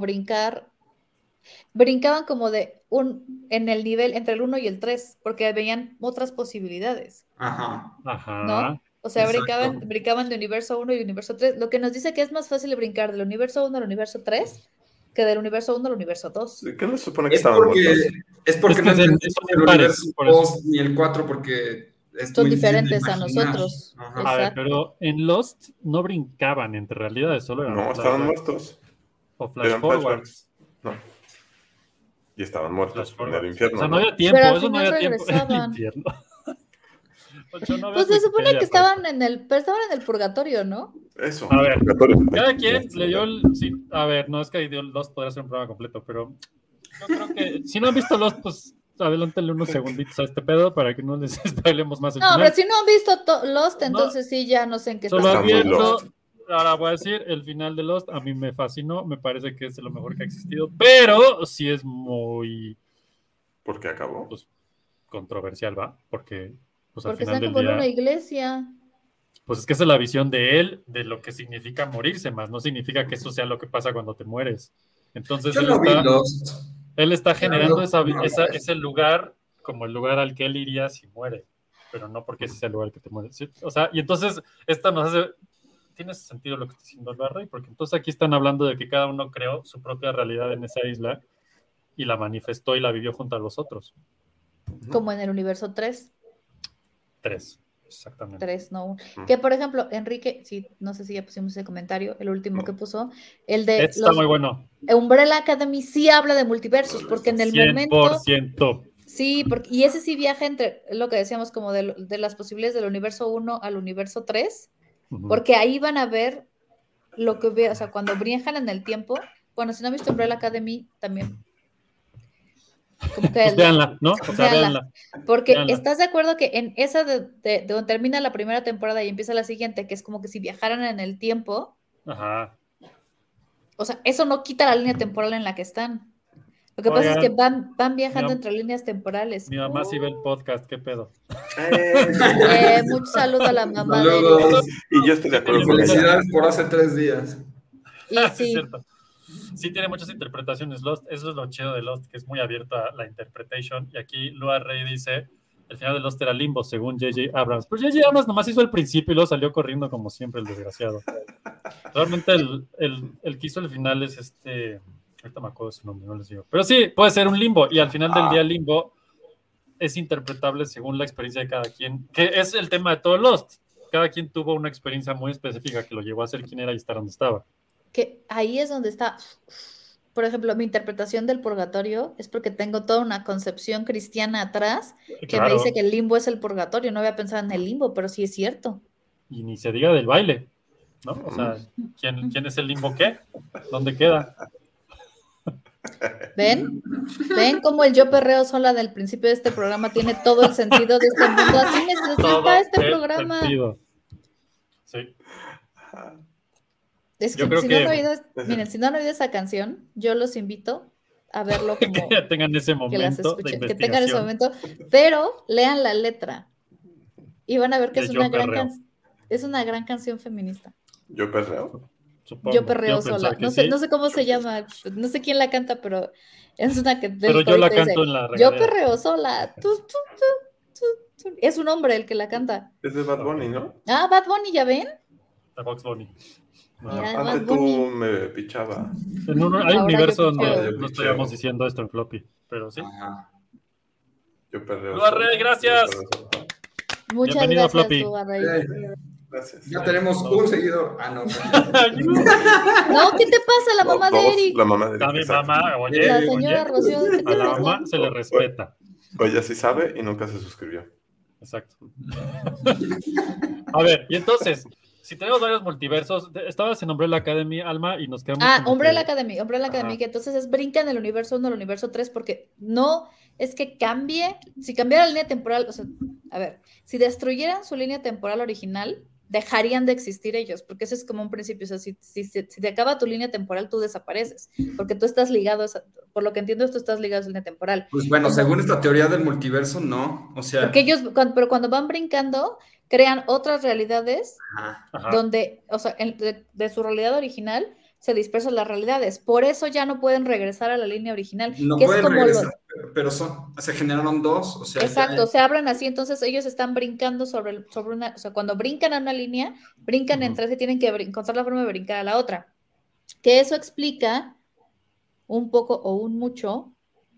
brincaban como en el nivel entre el 1 y el 3, porque veían otras posibilidades, Ajá. Ajá. ¿no? O sea, Exacto. brincaban de universo 1 y universo 3, lo que nos dice que es más fácil brincar del universo 1 al universo 3 que del universo 1 al universo 2. ¿Qué no se supone que Es estaban porque, muertos? es porque Es que no son entendemos el pares, universo por eso. 2 ni el 4 porque es Son muy difícil de diferentes a imaginar. nosotros. Ajá. A ver, Exacto. pero en Lost no brincaban entre realidades, solo eran No, estaban flashbacks muertos. o flash Eran forwards. flashbacks. No. Y estaban Flash muertos en el forwards. infierno. O sea, no ¿no? había tiempo, Pero al eso no final había tiempo. El regresaban. infierno. Ocho, no Pues veas se supone Wikipedia, que estaban pues. estaban en el purgatorio, ¿no? Eso. A ver, purgatorio. Cada Ay, quien ya, leyó sí. sí, a ver, no es que Lost podría ser un programa completo, pero yo creo que si no han visto Lost, pues adelántenle unos segunditos a este pedo para que no les spoilemos más el No, final. pero si no han visto Lost, No. entonces sí, ya no sé en qué Solo Está muy advierto, Lost. ahora voy a decir, el final de Lost a mí me fascinó, me parece que es de lo mejor que ha existido, pero sí es muy ¿Por qué acabó? pues, controversial, ¿va? Porque pues al Porque final están del como en día, una iglesia. pues es que esa es la visión de él, de lo que significa morirse, más no significa que eso sea lo que pasa cuando te mueres. Entonces Yo él no vi está... Lost. Él está generando no, no, ese lugar como el lugar al que él iría si muere, pero no porque ese sea el lugar al que te mueres. ¿Sí? O sea, y entonces esto nos hace... Tiene sentido lo que está diciendo el Barrey, porque entonces aquí están hablando de que cada uno creó su propia realidad en esa isla y la manifestó y la vivió junto a los otros. Como en el universo 3. 3, exactamente. 3, no. Que por ejemplo, Enrique, sí, no sé si ya pusimos ese comentario, el último que puso, el de Este está muy bueno. Umbrella Academy sí habla de multiversos, porque en el momento 100%. sí, y ese sí viaja entre lo que decíamos como de las posibilidades del universo 1 al universo 3, porque ahí van a ver lo que ve, o sea, cuando viajan en el tiempo, bueno, si no han visto Umbrella Academy, también. Como que Pues véanla, ¿no? O sea, véanla. Porque Véanla. ¿estás de acuerdo que en esa de donde termina la primera temporada y empieza la siguiente, que es como que si viajaran en el tiempo, Ajá. o sea, eso no quita la línea temporal en la que están, Lo que pasa es que Oigan, van viajando mi entre líneas temporales. Mi mamá sí ve el podcast, ¿qué pedo? Mucho saludo a la mamá de Saludos. Eric. Y yo estoy de acuerdo con ella. Felicidades por hace 3 días. Y Sí, es sí, cierto. Sí tiene muchas interpretaciones Lost, eso es lo chido de Lost, que es muy abierto a la interpretation. Y aquí Lua Rey dice, el final de Lost era limbo, según J.J. Abrams. Pues J.J. Abrams nomás hizo el principio y luego salió corriendo como siempre, el desgraciado. Realmente el que hizo el final es ahorita me acuerdo de su nombre, no les digo. Pero sí, puede ser un limbo, y al final del día limbo es interpretable según la experiencia de cada quien, que es el tema de todo Lost. Cada quien tuvo una experiencia muy específica que lo llevó a ser quien era y estar donde estaba. que ahí es donde está, por ejemplo, mi interpretación del purgatorio es porque tengo toda una concepción cristiana atrás que me dice que el limbo es el purgatorio. No había pensado en el limbo, pero sí es cierto. Y ni se diga del baile, ¿no? O sea, ¿quién es el limbo qué? ¿Dónde queda? ¿Ven cómo el yo perreo sola del principio de este programa tiene todo el sentido de este mundo? Así necesita este programa. Sentido. Sí. Es que, si no han oído esa canción, yo los invito a verlo como que tengan ese momento que tengan ese momento, pero lean la letra y van a ver que es una gran canción feminista. ¿Yo perreo? Supongo. Yo perreo sola. No sé cómo se llama, no sé quién la canta, pero es una que pero yo la canto en la regadera. Yo perreo sola. Es un hombre el que la canta. Es de Bad Bunny, ¿no? Ah, Bad Bunny, ¿ya ven? De Box Bunny. Antes tú me pichaba. Hay un universo donde no estaríamos diciendo esto en floppy, pero sí. Yo perreo. Rey, gracias. Muchas Bienvenido, gracias, Floppy. Gracias. Ya tenemos un seguidor. No. No, ¿qué te pasa? La mamá de Eric. La mamá de Eric. A mi mamá, oye. La señora Rocío. A la mamá se le respeta. Ella sí sabe y nunca se suscribió. Exacto. A ver, y entonces, si tenemos varios multiversos, estabas en Umbrella Academy, Alma, y nos quedamos. Umbrella Academy, que entonces brincan del universo 1 al universo 3, porque no es que cambie, si cambiara la línea temporal, o sea, a ver, si destruyeran su línea temporal original, dejarían de existir ellos, porque ese es como un principio, o sea, si te acaba tu línea temporal, tú desapareces, porque tú estás ligado, por lo que entiendo, tú estás ligado a su línea temporal. Pues bueno, según esta teoría del multiverso, no, o sea... Porque ellos, pero cuando van brincando, crean otras realidades, donde, o sea, de su realidad original, se dispersan las realidades, por eso ya no pueden regresar a la línea original. No que pueden es como regresar, pero se generaron dos, o sea... Exacto, se abren así, entonces ellos están brincando sobre una, o sea, cuando brincan a una línea, brincan entre sí, tienen que encontrar la forma de brincar a la otra. Que eso explica un poco o un mucho,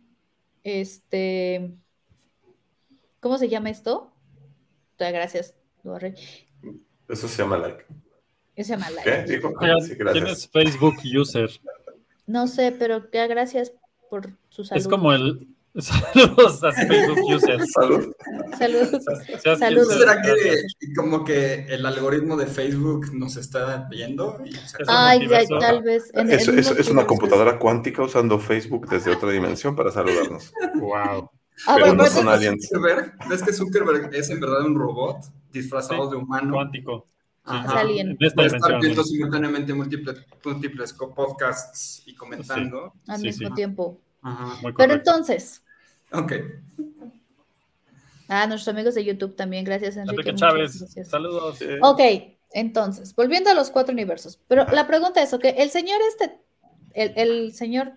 ¿cómo se llama esto? Gracias, Duarre. Eso se llama like. Eso se llama like. ¿Qué? Dijo, sí, ¿Quién es Facebook user? No sé, pero gracias por su salud. Es como el... Saludos a Facebook user. Saludos. ¿Será que como que el algoritmo de Facebook nos está viendo? Tal vez. Es una computadora cuántica usando Facebook desde otra dimensión para saludarnos. Wow. Pero no son aliens. ¿Ves que Zuckerberg es en verdad un robot disfrazado de humano? Cuántico. Es alien. Puede estar viendo simultáneamente múltiples podcasts y comentando. Al mismo tiempo. Ajá. Pero entonces. Ok. Nuestros amigos de YouTube también, gracias Enrique Chávez, saludos. Ok, entonces, volviendo a los 4 universos. Pero la pregunta es, el señor el señor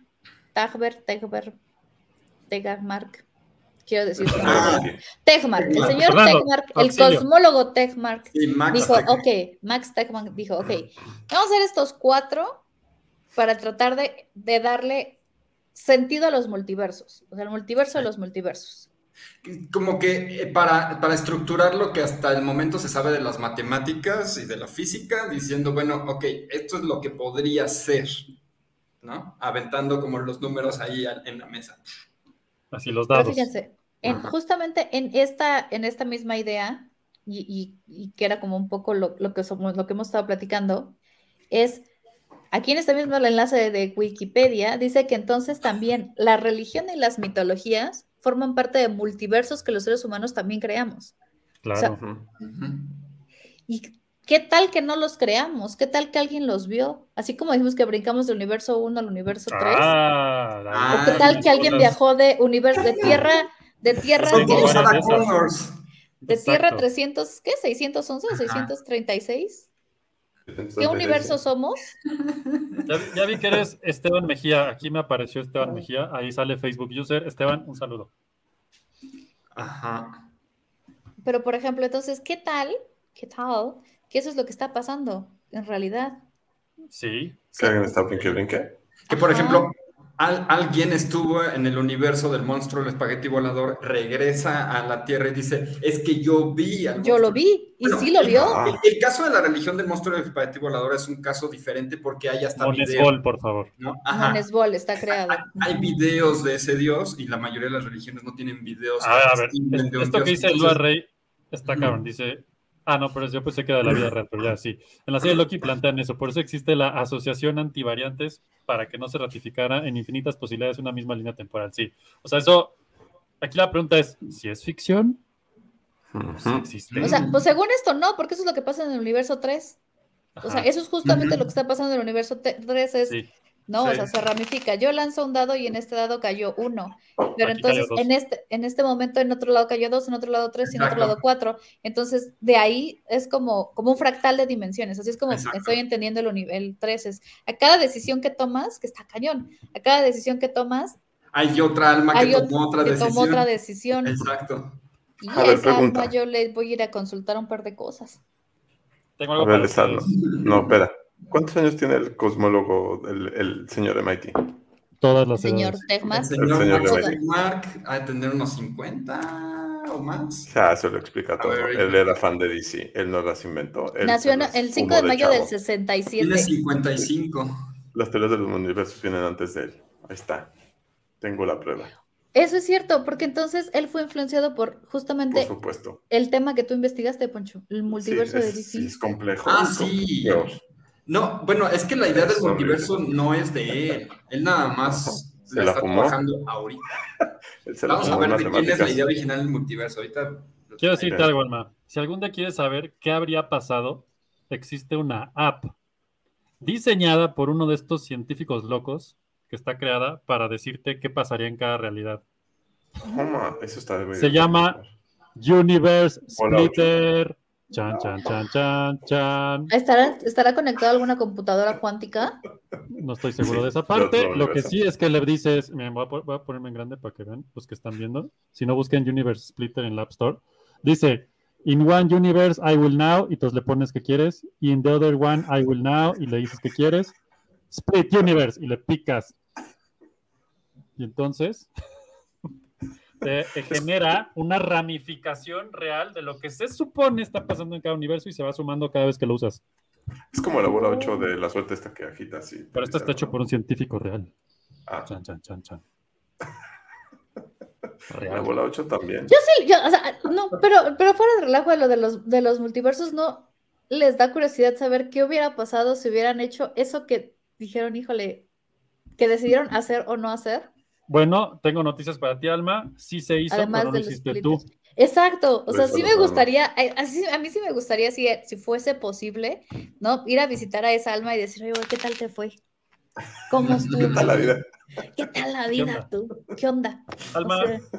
Tegmark, quiero decir su nombre. Tegmark, el señor Tegmark, el cosmólogo Tegmark, Max Tegmark dijo, vamos a hacer estos 4 para tratar de darle sentido a los multiversos, o sea, el multiverso de los multiversos. Como que para estructurar lo que hasta el momento se sabe de las matemáticas y de la física, diciendo, bueno, esto es lo que podría ser, ¿no? Aventando como los números ahí en la mesa. Así los dados. Pero fíjense, justamente en esta misma idea, y que era como un poco lo que hemos estado platicando, es... Aquí en este mismo enlace de Wikipedia dice que entonces también la religión y las mitologías forman parte de multiversos que los seres humanos también creamos. Claro. O sea, y ¿qué tal que no los creamos? ¿Qué tal que alguien los vio? Así como dijimos que brincamos del universo 1 al universo 3. ¿O qué tal que alguien viajó de tierra Son como Sarah Connors. De tierra 300, ¿qué? ¿611 o 636? ¿Qué universo somos? Ya vi que eres Esteban Mejía. Aquí me apareció Esteban Mejía. Ahí sale Facebook User. Esteban, un saludo. Ajá. Pero, por ejemplo, entonces, ¿qué tal que eso es lo que está pasando en realidad? Sí. ¿Que alguien está brinque? Que, por ejemplo, alguien estuvo en el universo del monstruo del espagueti volador, regresa a la Tierra y dice, es que yo vi al monstruo. Yo lo vi, y bueno, sí lo vio. El caso de la religión del monstruo del espagueti volador es un caso diferente porque hay hasta Monesbol, por favor. ¿no? Monesbol está creado. Hay videos de ese dios y la mayoría de las religiones no tienen videos. A ver, esto que dice Elua Rey está cabrón, dice... no, pero yo pensé que era de la vida real, pero ya sí. En la serie Loki plantean eso, por eso existe la asociación antivariantes para que no se ratificara en infinitas posibilidades una misma línea temporal, sí. O sea, eso, aquí la pregunta es, ¿si es ficción? ¿Si existe? O sea, pues según esto no, porque eso es lo que pasa en el universo 3. O sea, eso es justamente lo que está pasando en el universo 3, es... Sí. No, o sea, se ramifica. Yo lanzo un dado y en este dado cayó 1. Pero aquí entonces en este momento en otro lado cayó 2, en otro lado 3 y en otro lado 4. Entonces de ahí es como un fractal de dimensiones. Así es como estoy entendiendo el 3. Es a cada decisión que tomas, que está cañón, a cada decisión que tomas hay otra alma que tomó otra decisión. Exacto. Y a esa alma yo le voy a ir a consultar un par de cosas. Tengo algo para No, espera. ¿Cuántos años tiene el cosmólogo, el señor MIT? Todas las edades. El señor Tegmark ha de tener unos 50 o más. Eso lo explica todo. Él era fan de DC, él no las inventó. Nació el 5 de mayo del 67. Tiene 55. Las teorías de los universos vienen antes de él. Ahí está. Tengo la prueba. Eso es cierto, porque entonces él fue influenciado por justamente por supuesto. El tema que tú investigaste, Poncho, el multiverso de DC. Sí, es complejo. Sí. No, bueno, es que la idea del multiverso no es de él. Él nada más la está trabajando ahorita. Vamos a ver de quién es la idea original del multiverso. Ahorita. Quiero decirte algo, Alma. Si algún día quieres saber qué habría pasado, existe una app diseñada por uno de estos científicos locos que está creada para decirte qué pasaría en cada realidad. Eso está de Se llama Universe Splitter. Chan, chan, chan, chan, chan. ¿Estará conectado a alguna computadora cuántica? No estoy seguro de esa parte. Lo que sí es que le dices, miren, voy a ponerme en grande para que vean los que están viendo. Si no, busquen Universe Splitter en la App Store. Dice, in one universe I will now, y entonces le pones que quieres. Y in the other one I will now, y le dices que quieres. Split Universe, y le picas. Y entonces... te genera una ramificación real de lo que se supone está pasando en cada universo y se va sumando cada vez que lo usas. Es como la bola 8 de la suerte esta que agita así. Pero esto está hecho por un científico real. Chan, chan, chan, chan. Real. La bola 8 también. No, pero fuera de relajo de los multiversos, ¿no les da curiosidad saber qué hubiera pasado si hubieran hecho eso que dijeron, híjole, que decidieron hacer o no hacer? Bueno, tengo noticias para ti, Alma. Sí se hizo, además pero no hiciste tú. Exacto. O sea, sí me gustaría, a mí sí me gustaría, si fuese posible, ¿no? Ir a visitar a esa alma y decir, oye, ¿qué tal te fue? ¿Cómo estuvo? ¿Qué tal la vida? ¿Qué tal la vida tú? ¿Qué onda? Alma,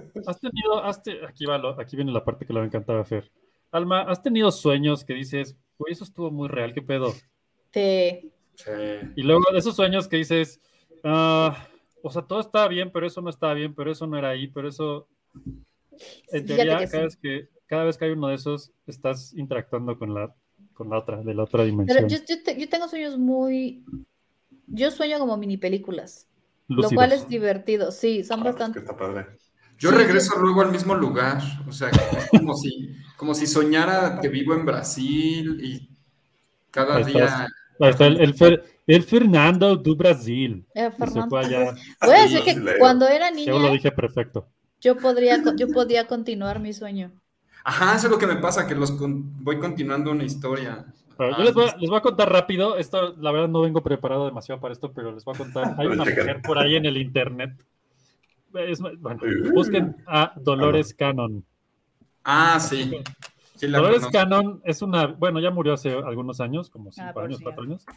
aquí viene la parte que le va a encantar a Fer. Alma, ¿has tenido sueños que dices, uy, eso estuvo muy real, qué pedo? Sí. Y luego de esos sueños que dices, o sea, todo estaba bien, pero eso no estaba bien, pero eso no era ahí, pero eso... En teoría, cada vez que hay uno de esos, estás interactuando con la otra, de la otra dimensión. Pero yo tengo sueños muy... Yo sueño como mini películas, lúcidos. Lo cual es divertido, sí, son bastante... Es que está padre. Yo regreso luego al mismo lugar, o sea, es como si soñara que vivo en Brasil y cada día... Ahí está el Fernando do Brasil. Fernando. Voy a decir que cuando era niña... Yo lo dije perfecto. Yo podía continuar mi sueño. Ajá, eso es lo que me pasa, que voy continuando una historia. Yo les voy a contar rápido. Esto, la verdad, no vengo preparado demasiado para esto, pero les voy a contar. Hay una mujer por ahí en el internet. Bueno, busquen a Dolores Cannon. Sí. Sí, la Dolores conozco. Cannon es una, bueno, ya murió hace algunos años, como 5 por años, sí. 4 años.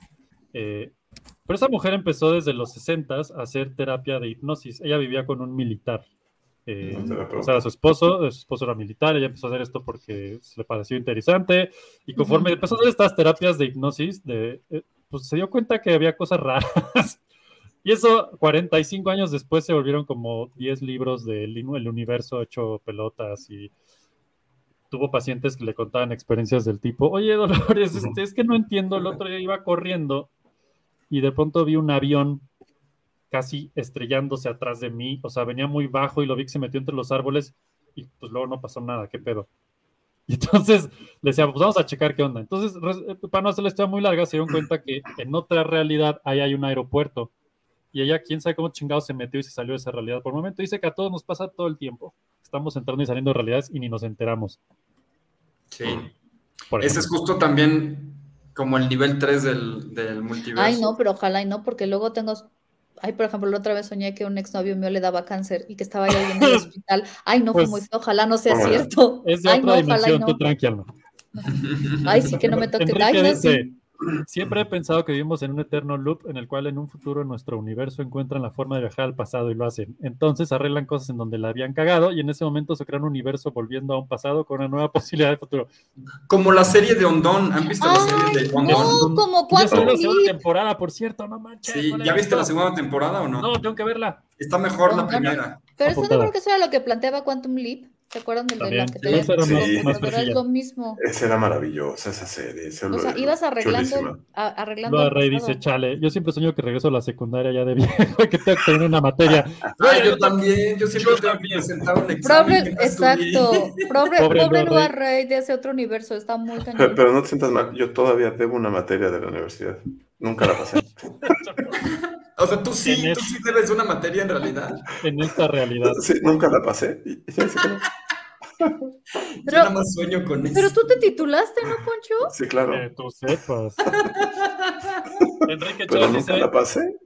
Pero esa mujer empezó desde los 60s a hacer terapia de hipnosis. Ella vivía con un militar. O sea, su esposo era militar, ella empezó a hacer esto porque le pareció interesante. Y conforme empezó a hacer estas terapias de hipnosis, pues se dio cuenta que había cosas raras. Y eso, 45 años después, se volvieron como 10 libros del el universo hecho pelotas y tuvo pacientes que le contaban experiencias del tipo, oye, Dolores, es que no entiendo, el otro día iba corriendo y de pronto vi un avión casi estrellándose atrás de mí, o sea, venía muy bajo y lo vi que se metió entre los árboles y pues luego no pasó nada, ¿qué pedo? Y entonces le decía, pues vamos a checar qué onda. Entonces, para no hacer la historia muy larga, se dieron cuenta que en otra realidad ahí hay un aeropuerto y ella, quién sabe cómo chingado se metió y se salió de esa realidad. Por el momento dice que a todos nos pasa todo el tiempo. Estamos entrando y saliendo de realidades y ni nos enteramos. Sí. Ese es justo también como el nivel 3 del multiverso. Ay, no, pero ojalá y no, porque luego tengo... Ay, por ejemplo, la otra vez soñé que un exnovio mío le daba cáncer y que estaba ahí en el hospital. Ay, no, Pues, fue muy feo, ojalá no sea cierto. Es de Ay, otra no, dimensión, ojalá y tú no. tranquilo. Ay, sí, que no me toque. Enrique Ay, no, dice, sí. siempre he pensado que vivimos en un eterno loop en el cual en un futuro nuestro universo encuentran la forma de viajar al pasado y lo hacen. Entonces arreglan cosas en donde la habían cagado y en ese momento se crea un universo volviendo a un pasado con una nueva posibilidad de futuro. Como la serie de Ondón. ¿Han visto la serie de Ondón? No, como Ya salió Quantum la segunda Leap. temporada, por cierto, no manches. Sí, no la he ¿ya viste visto. la segunda temporada o no? No, tengo que verla. Está mejor la Ondón. primera. Pero eso no Apuntada. creo que eso era lo que planteaba Quantum Leap. ¿Se acuerdan del de la También. que Sí, tenías esa era Sí. más pero era fresilla. lo mismo? Esa era maravillosa, esa serie. O sea, ibas arreglando Chulísima. arreglando Luego el Rey pasado. dice, chale, yo siempre sueño que regreso a la secundaria ya de viejo y que tengo que tener una materia. Ah, yo también. Yo siempre Yo tengo que también. presentar un examen que no estudié. Exacto. Pobre Pobre Lua Lua Rey. Rey de ese otro universo. Está muy cañón. Pero no te sientas mal, yo todavía debo una materia de la universidad. Nunca la pasé. O sea, tú sí debes una materia en realidad. En esta realidad. Sí, nunca la pasé. Y ya sé que no. Yo nada más sueño con eso. Pero tú te titulaste, ¿no, Poncho? Sí, claro. Que tú sepas. Enrique Pero Chávez nunca dice, la pasé.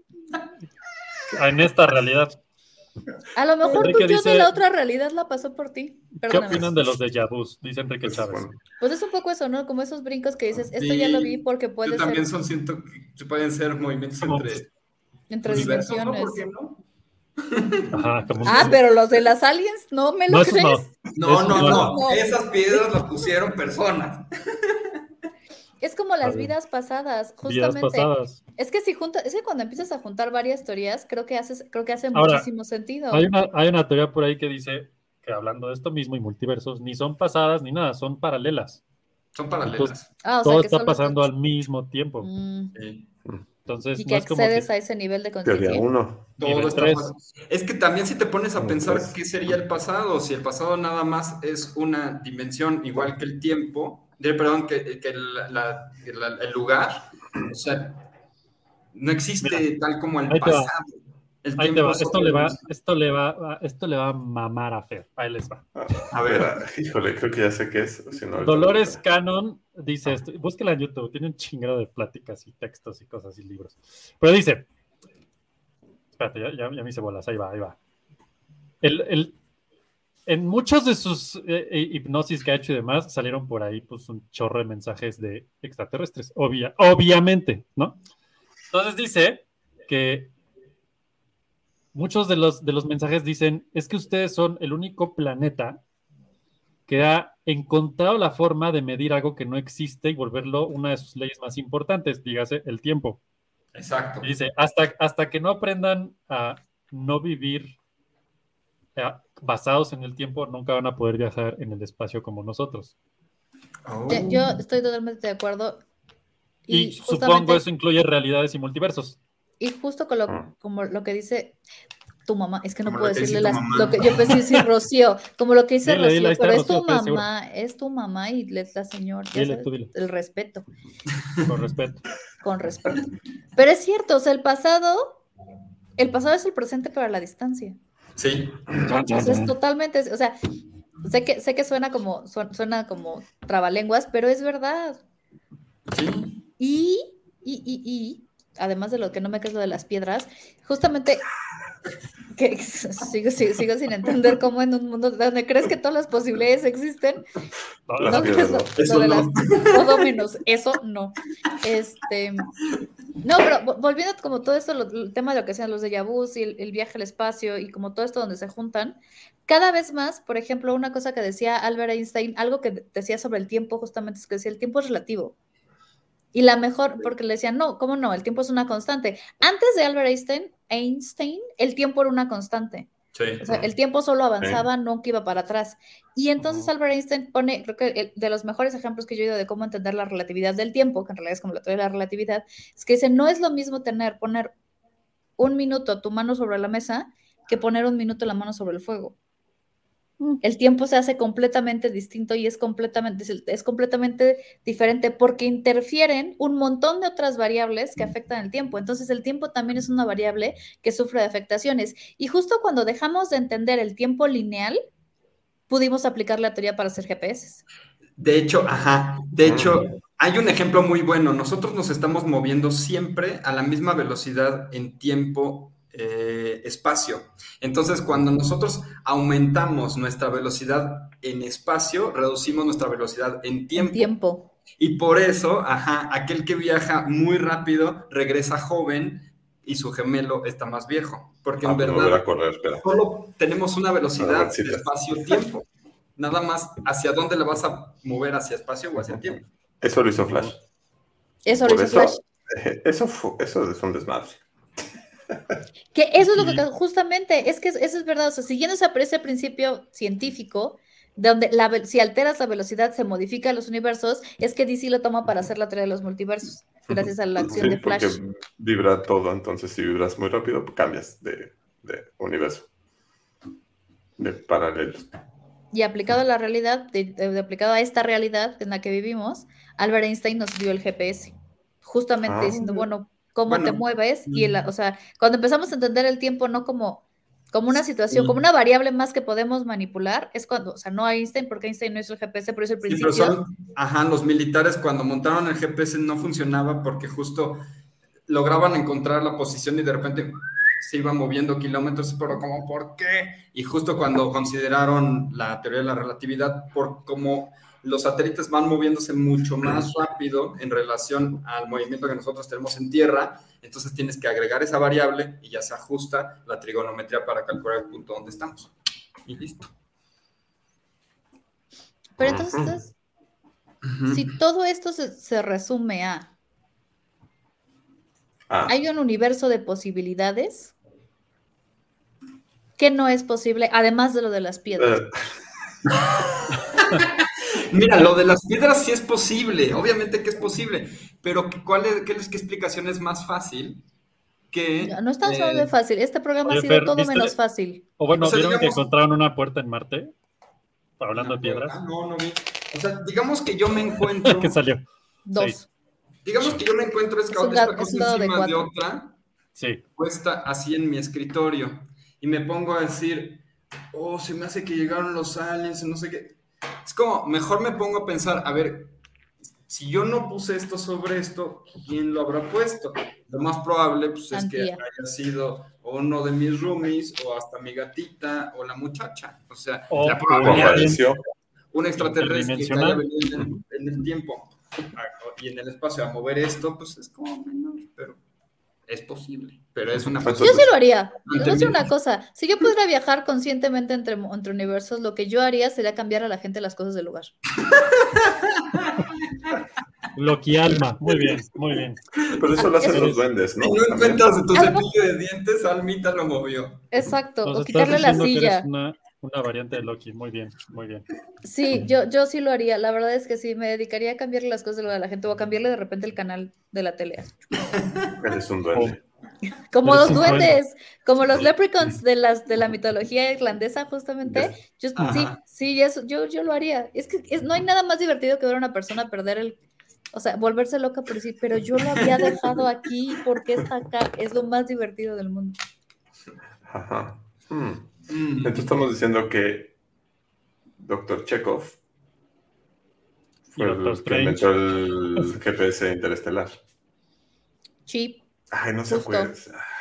en esta realidad. A lo mejor Enrique tu yo dice, de la otra realidad la pasó por ti. ¿qué Perdóname. opinan de los déjà vus? Dice Enrique Pues, Chávez. bueno, Pues es un poco eso, ¿no? Como esos brincos que dices, esto Sí, ya lo vi porque puede yo también ser siento que pueden ser movimientos Como- entre universos, ¿no? dimensiones. ¿Por qué no? Ajá, como Ah, pero los de las aliens, ¿no me lo no, esos crees? no. No, Esos no. Esas piedras las pusieron personas. Es como A las ver. vidas pasadas, Vidas justamente. pasadas. Es que es que cuando empiezas a juntar varias teorías, creo que hace Ahora, muchísimo sentido. Hay una teoría por ahí que dice que hablando de esto mismo y multiversos, ni son pasadas ni nada, son paralelas. Son paralelas. Ah, o sea Todo que está solo pasando al mismo tiempo. Sí. Entonces, y no que es como accedes que a ese nivel de teoría conciencia. 1. Todo Nivel está 3. pasando. Es que también si te pones a Nivel pensar 3. qué sería el pasado, si el pasado nada más es una dimensión igual que el tiempo, perdón, que el lugar, o sea, no existe tal como el ahí te va. pasado. El Ahí te tiempo va. es Esto otra le va a mamar a Fer. Ahí les va. A ver. Híjole, creo que ya sé qué es. Si no, ahorita Dolores no. Cannon dice esto. Búsquela en YouTube. Tiene un chingado de pláticas y textos y cosas y libros. Pero dice. Espérate, ya me hice bolas. Ahí va. En muchos de sus hipnosis que ha hecho y demás, salieron por ahí pues un chorro de mensajes de extraterrestres. Obviamente, ¿no? Entonces dice que muchos de los mensajes dicen, es que ustedes son el único planeta que ha encontrado la forma de medir algo que no existe y volverlo una de sus leyes más importantes, dígase, el tiempo. Exacto. Y dice, hasta que no aprendan a no vivir basados en el tiempo, nunca van a poder viajar en el espacio como nosotros. Oh. Yo estoy totalmente de acuerdo. Y supongo eso incluye realidades y multiversos. Y justo con como lo que dice tu mamá, es que no Como puedo lo que decirle dice tu mamá. lo que yo pensé decir Rocío, como lo que dice Dile, Rocío, ahí está pero es Rocío, tu Pérez, seguro. mamá, es tu mamá y le la señor, ya Dile, sabes, tú dile. el respeto, Con respeto. con respeto. Pero es cierto, o sea, el pasado es el presente para la distancia. Sí. O sea, es totalmente, o sea, sé que suena como trabalenguas, pero es verdad. Sí. Y además de lo que no me queda lo de las piedras, justamente Que sigo sin entender cómo en un mundo donde crees que todas las posibilidades existen, no crees lo de las todo menos eso, no. No, pero volviendo como todo esto, el tema de lo que sean los déjà vus y el viaje al espacio y como todo esto donde se juntan, cada vez más, por ejemplo, una cosa que decía Albert Einstein, algo que decía sobre el tiempo justamente es que decía el tiempo es relativo. Y la mejor, porque le decían, no, ¿cómo no? El tiempo es una constante. Antes de Albert Einstein, el tiempo era una constante. Sí. O sea, el tiempo solo avanzaba, nunca iba para atrás. Y entonces Albert Einstein pone, creo que de los mejores ejemplos que yo he oído de cómo entender la relatividad del tiempo, que en realidad es como la teoría de la relatividad, es que dice, no es lo mismo poner un minuto tu mano sobre la mesa que poner un minuto la mano sobre el fuego. El tiempo se hace completamente distinto y es completamente diferente porque interfieren un montón de otras variables que afectan el tiempo. Entonces el tiempo también es una variable que sufre de afectaciones. Y justo cuando dejamos de entender el tiempo lineal, pudimos aplicar la teoría para hacer GPS. De hecho, hay un ejemplo muy bueno. Nosotros nos estamos moviendo siempre a la misma velocidad en tiempo espacio. Entonces, cuando nosotros aumentamos nuestra velocidad en espacio, reducimos nuestra velocidad en tiempo. Y por eso, aquel que viaja muy rápido regresa joven y su gemelo está más viejo. Porque en verdad solo tenemos una velocidad de espacio-tiempo. Nada más hacia dónde le vas a mover, hacia espacio o hacia el tiempo. Eso lo hizo Flash. Eso es un desmadre. Que eso es lo que justamente, es que eso es verdad, o sea, siguiendo ese principio científico, donde si alteras la velocidad se modifican los universos, es que DC lo toma para hacer la teoría de los multiversos, gracias a la acción de Flash. Porque vibra todo, entonces si vibras muy rápido, cambias de universo, de paralelos. Y aplicado a la realidad, aplicado a esta realidad en la que vivimos, Albert Einstein nos dio el GPS, justamente diciendo, cómo te mueves, y o sea, cuando empezamos a entender el tiempo no como una situación, como una variable más que podemos manipular, es cuando, o sea, no Einstein, porque Einstein no hizo el GPS, pero es el principio. Sí, pero los militares cuando montaron el GPS no funcionaba porque justo lograban encontrar la posición y de repente se iba moviendo kilómetros, pero como, ¿por qué? Y justo cuando consideraron la teoría de la relatividad, por cómo los satélites van moviéndose mucho más rápido en relación al movimiento que nosotros tenemos en tierra, entonces tienes que agregar esa variable y ya se ajusta la trigonometría para calcular el punto donde estamos. Y listo. Pero entonces, si todo esto se resume a hay un universo de posibilidades que no es posible, además de lo de las piedras. Mira, lo de las piedras sí es posible, obviamente que es posible, pero ¿qué explicación es más fácil que...? No es tan solo de fácil, este programa ha sido todo menos fácil. O bueno, o sea, ¿vieron que encontraron una puerta en Marte? Hablando de piedras. No vi. O sea, digamos que yo me encuentro... ¿Qué salió? 2. Digamos que yo me encuentro esta cosa encima de otra, puesta así en mi escritorio, y me pongo a decir, se me hace que llegaron los aliens, no sé qué. Es como, mejor me pongo a pensar, a ver, si yo no puse esto sobre esto, ¿quién lo habrá puesto? Lo más probable pues, es que haya sido uno de mis roomies, o hasta mi gatita, o la muchacha. O sea, la probabilidad es un extraterrestre que haya venido en el tiempo y en el espacio a mover esto, pues es como menor, pero es posible. Pero es una cosa. Yo sí lo haría. Yo voy a decir una cosa. Si yo pudiera viajar conscientemente entre universos, lo que yo haría sería cambiar a la gente las cosas del lugar. Loquialma. Muy bien, muy bien. Pero eso lo hacen los duendes, ¿no? Si no encuentras tu cepillo de dientes, Almita lo movió. Exacto. O quitarle la silla. Una variante de Loki, muy bien, muy bien. Sí, yo sí lo haría, la verdad es que sí, me dedicaría a cambiarle las cosas de la gente o a cambiarle de repente el canal de la tele. Eres un duende. Como los duendes, como los leprechauns de la mitología irlandesa, justamente. Yo lo haría. Es que no hay nada más divertido que ver a una persona perder volverse loca por decir, pero yo lo había dejado aquí, ¿por qué está acá? Es lo más divertido del mundo. Ajá. Entonces estamos diciendo que Dr. Chekhov fue el que inventó el GPS interestelar. Sí. Ay, no se acuerda.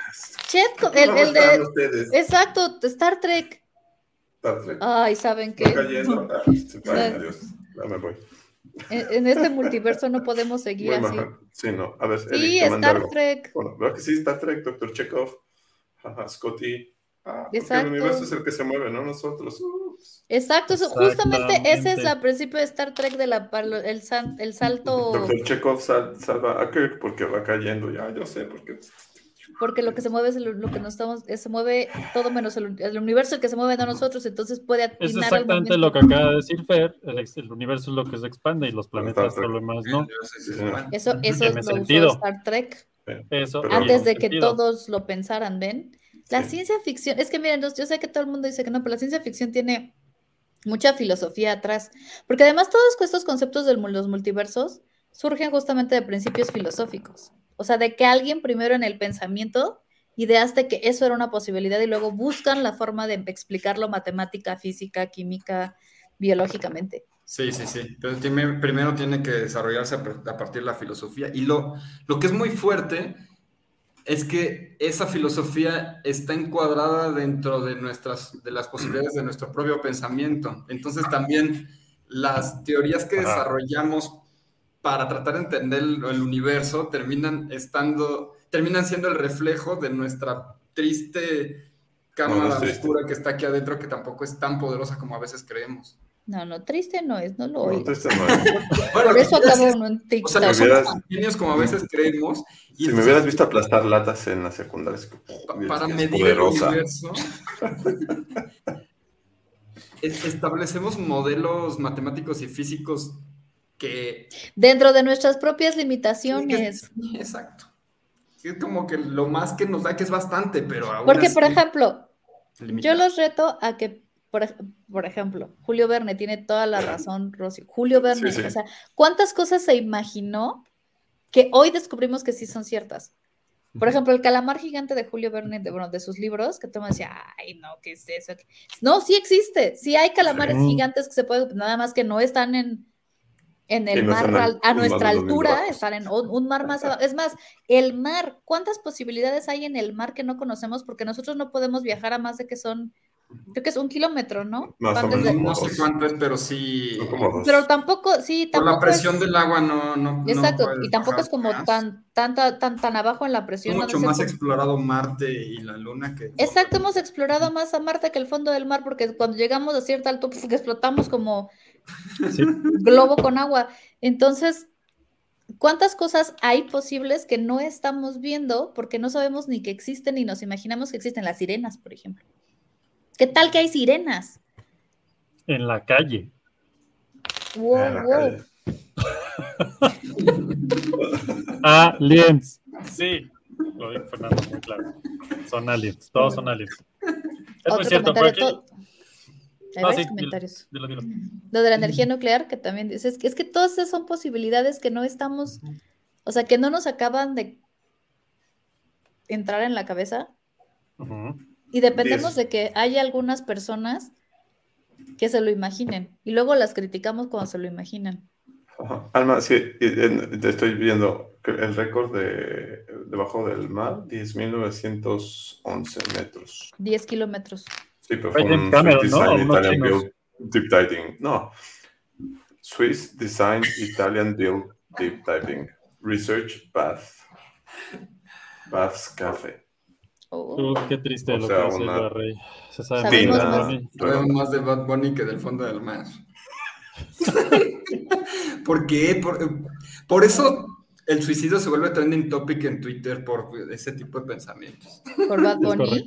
Chetko, ¿Cómo el están de... ustedes? Exacto, Star Trek. Star Trek. Ay, ¿saben qué? ¿Está cayendo? Ay, adiós. Ya me voy. En este multiverso no podemos seguir Muy así. mal. Sí, no. A ver, Sí, Eric, te manda Star algo. Trek. Bueno, veo que sí, Star Trek, Dr. Chekhov, Scotty. Porque Exacto. el universo es el que se mueve, no nosotros. Ups. Exacto, justamente ese es el principio de Star Trek el salto. Dr. Chekhov salva a Kirk porque va cayendo. Ya, yo sé, porque Porque lo que se mueve es lo que nos estamos, se mueve todo menos el universo, el que se mueve, no nosotros, entonces puede atinar es exactamente lo que acaba de decir Fer, el universo es lo que se expande y los planetas, todo lo demás, ¿no? Eso Tiene lo sentido. usó Star Trek. Eso, Antes de tiene que sentido. todos lo pensaran, ¿ven? La ciencia ficción, es que miren, yo sé que todo el mundo dice que no, pero la ciencia ficción tiene mucha filosofía atrás, porque además todos estos conceptos de los multiversos surgen justamente de principios filosóficos, o sea, de que alguien primero en el pensamiento ideaste que eso era una posibilidad y luego buscan la forma de explicarlo matemática, física, química, biológicamente. Sí. Pero primero tiene que desarrollarse a partir de la filosofía. Y lo que es muy fuerte es que esa filosofía está encuadrada dentro de las posibilidades de nuestro propio pensamiento. Entonces también las teorías que desarrollamos para tratar de entender el universo terminan siendo el reflejo de nuestra triste cámara oscura que está aquí adentro, que tampoco es tan poderosa como a veces creemos. No, triste no es, no lo oigo. Triste no es. Por eso acabo uno en TikTok. O sea, no somos genios como a veces creemos. Y si me hubieras visto aplastar latas en la secundaria, para medir el universo, establecemos modelos matemáticos y físicos que... Dentro de nuestras propias limitaciones. Exacto. Es como que lo más que nos da, que es bastante, pero aún porque, así, por ejemplo, limita. Yo los reto a que, por ejemplo, Julio Verne tiene toda la razón, Rosy. Julio Verne, o sea, ¿cuántas cosas se imaginó que hoy descubrimos que sí son ciertas? Por ejemplo, el calamar gigante de Julio Verne, de sus libros, que todo el mundo decía, ay, no, ¿qué es eso? No, sí existe, sí hay calamares gigantes que se pueden, nada más que no están en el mar a nuestra altura, están en un mar más abajo. Es más, el mar, ¿cuántas posibilidades hay en el mar que no conocemos? Porque nosotros no podemos viajar a más de que son, creo que es 1 kilómetro, ¿no? Más o menos. No sé cuánto es, pero sí. Pero tampoco, sí, tampoco. Por la presión del agua no. Exacto, No y tampoco es como tan abajo en la presión. Es mucho más explorado Marte y la Luna que. Exacto, hemos explorado más a Marte que el fondo del mar, porque cuando llegamos a cierta altura, explotamos como globo con agua. Entonces, ¿cuántas cosas hay posibles que no estamos viendo porque no sabemos ni que existen ni nos imaginamos que existen? Las sirenas, por ejemplo. ¿Qué tal que hay sirenas? En la calle. Wow. Aliens. Sí, lo dijo Fernando muy claro. Son aliens, todos son aliens. Es muy cierto. Hay varios comentarios. Dilo. Lo de la energía nuclear, que también dices, es que todas esas son posibilidades que no estamos, o sea, que no nos acaban de entrar en la cabeza. Y dependemos de que haya algunas personas que se lo imaginen y luego las criticamos cuando se lo imaginan. Alma, sí, te estoy viendo el récord de debajo del mar, 10.911 metros. 10 kilómetros. Sí, pero fue un Swiss Design Italian Build Deep Diving. No. Swiss Design Italian Build Deep Diving. Research Baths Café. Qué triste o lo sea, que hace la Rey. Se sabe Sabemos más de Bad Bunny que del fondo del mar. ¿Por qué? Por eso el suicidio se vuelve trending topic en Twitter por ese tipo de pensamientos. ¿Por Bad Bunny?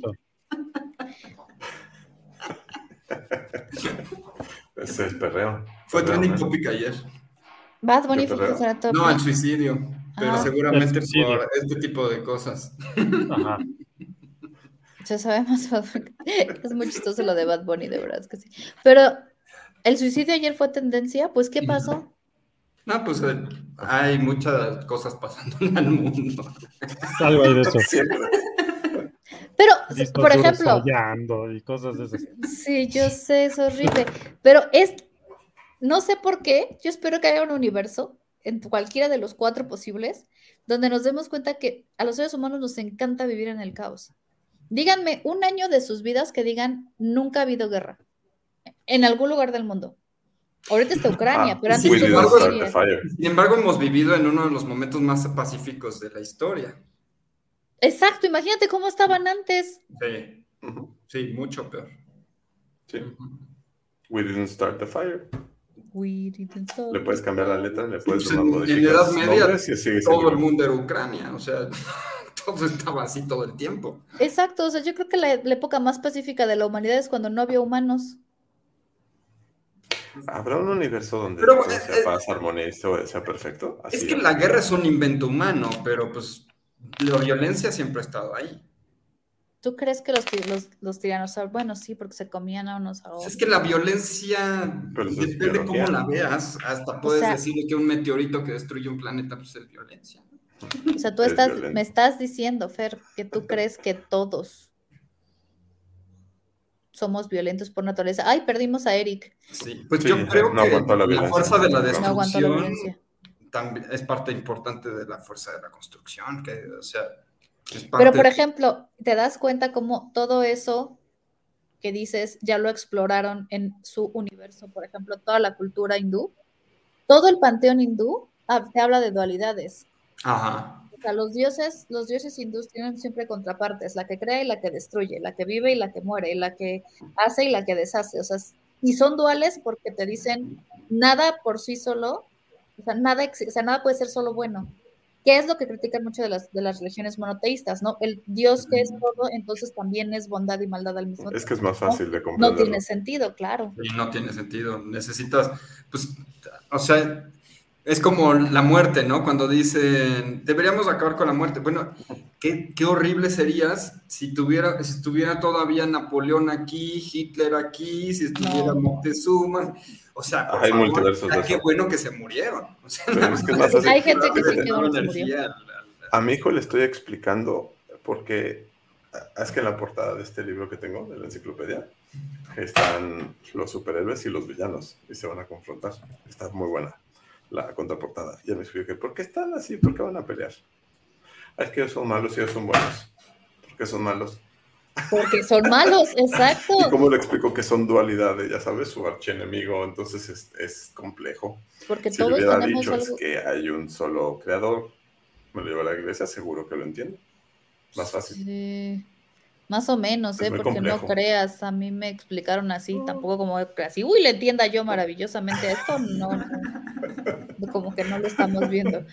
Ese es perreo. Fue trending topic ayer. Bad Bunny fue trending topic. No, el suicidio. Pero seguramente por este tipo de cosas. Ajá. Ya sabemos. Es muy chistoso lo de Bad Bunny, de verdad es que sí. Pero el suicidio ayer fue tendencia, pues ¿qué pasó? No, pues hay muchas cosas pasando en el mundo. Algo hay de eso. Pero, por ejemplo, y cosas de esas. Sí, yo sé, es horrible. Pero no sé por qué, yo espero que haya un universo en cualquiera de los 4 posibles, donde nos demos cuenta que a los seres humanos nos encanta vivir en el caos. Díganme un año de sus vidas que digan, nunca ha habido guerra en algún lugar del mundo. Ahorita está Ucrania, pero antes estuvo Siria. Sin embargo, hemos vivido en uno de los momentos más pacíficos de la historia. Exacto, imagínate cómo estaban antes. Sí, sí, mucho peor. Sí. We didn't start the fire. Le puedes cambiar la letra, le puedes modificar en la Edad Media, todo el igual. mundo era Ucrania, o sea, todo estaba así todo el tiempo. Exacto, o sea, yo creo que la época más pacífica de la humanidad es cuando no había humanos. ¿Habrá un universo donde todo sea paz, armonía y sea perfecto? Así es que la guerra es un invento humano, pero pues la violencia siempre ha estado ahí. ¿Tú crees que los tiranosaurios, bueno, sí, porque se comían a unos a otros? Es que la violencia, depende de cómo la veas, hasta puedes decirle que un meteorito que destruye un planeta pues es violencia. O sea, tú me estás diciendo, Fer, que tú crees que todos somos violentos por naturaleza. ¡Ay, perdimos a Eric! Sí, pues yo creo que la fuerza de la destrucción también es parte importante de la fuerza de la construcción, que, o sea... Pero, por ejemplo, ¿te das cuenta cómo todo eso que dices ya lo exploraron en su universo? Por ejemplo, toda la cultura hindú, todo el panteón hindú te habla de dualidades. Ajá. O sea, los dioses hindús tienen siempre contrapartes, la que crea y la que destruye, la que vive y la que muere, la que hace y la que deshace. O sea, y son duales porque te dicen nada por sí solo, o sea, nada puede ser solo bueno. ¿Qué es lo que critican mucho de las religiones monoteístas, no? El Dios que es todo, entonces también es bondad y maldad al mismo tiempo. Es que es más fácil de comprender. No tiene sentido, claro. Y no tiene sentido. Necesitas, pues, o sea, es como la muerte, ¿no? Cuando dicen, deberíamos acabar con la muerte. Bueno, qué horrible serías si estuviera todavía Napoleón aquí, Hitler aquí, si estuviera Moctezuma. O sea, por favor, multiversos de qué bueno que se murieron. O sea, hay gente que sí que bueno se murió. A mi hijo le estoy explicando porque es que en la portada de este libro que tengo, de la enciclopedia, están los superhéroes y los villanos y se van a confrontar. Está muy buena la contraportada. Y él me explica, ¿por qué están así? ¿Por qué van a pelear? Es que ellos son malos y ellos son buenos. ¿Por qué son malos? Porque son malos, exacto. ¿Y cómo le explico que son dualidades? Ya sabes, su archienemigo, entonces es complejo. Porque si todos le hubiera tenemos dicho algo... es que hay un solo creador, me lo llevo a la iglesia, seguro que lo entiendo. Más fácil. Sí. Más o menos, porque complejo. No creas, a mí me explicaron así, tampoco como así, le entienda yo maravillosamente a esto, no, como que no lo estamos viendo.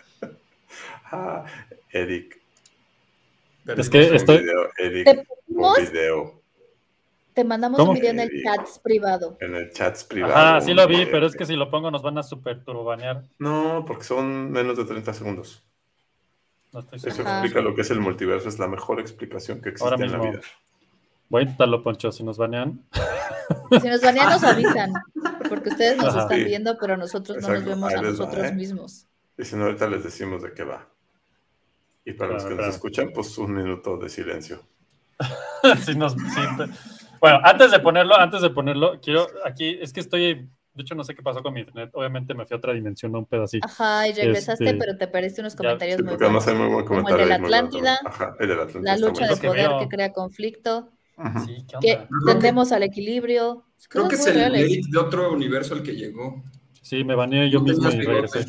Eric. Pero es que estoy... Eric, un video. Te mandamos un video en el chat privado. En el chat privado. Ajá, sí lo vi, pero es que si lo pongo nos van a super turbobanear. No, porque son menos de 30 segundos. No estoy Eso explica lo que es el multiverso, es la mejor explicación que existe en la vida. Voy a intentarlo, Poncho, si nos banean. Si nos banean nos avisan, porque ustedes nos están viendo, pero nosotros no nos vemos a nosotros mismos. Y si no, ahorita les decimos de qué va. Y para los que nos escuchan, pues 1 minuto de silencio. Bueno, antes de ponerlo, quiero, aquí, es que estoy... De hecho, no sé qué pasó con mi internet. Obviamente me fui a otra dimensión, a un pedacito. Ajá, y regresaste, pero te perdiste unos comentarios muy buenos. Hay muy buen comentario. Como el de la Atlántida, la lucha de poder que crea conflicto, sí, que tendemos al equilibrio. Creo que es el Eric de otro universo el que llegó. Sí, me baneé yo mismo y regresé.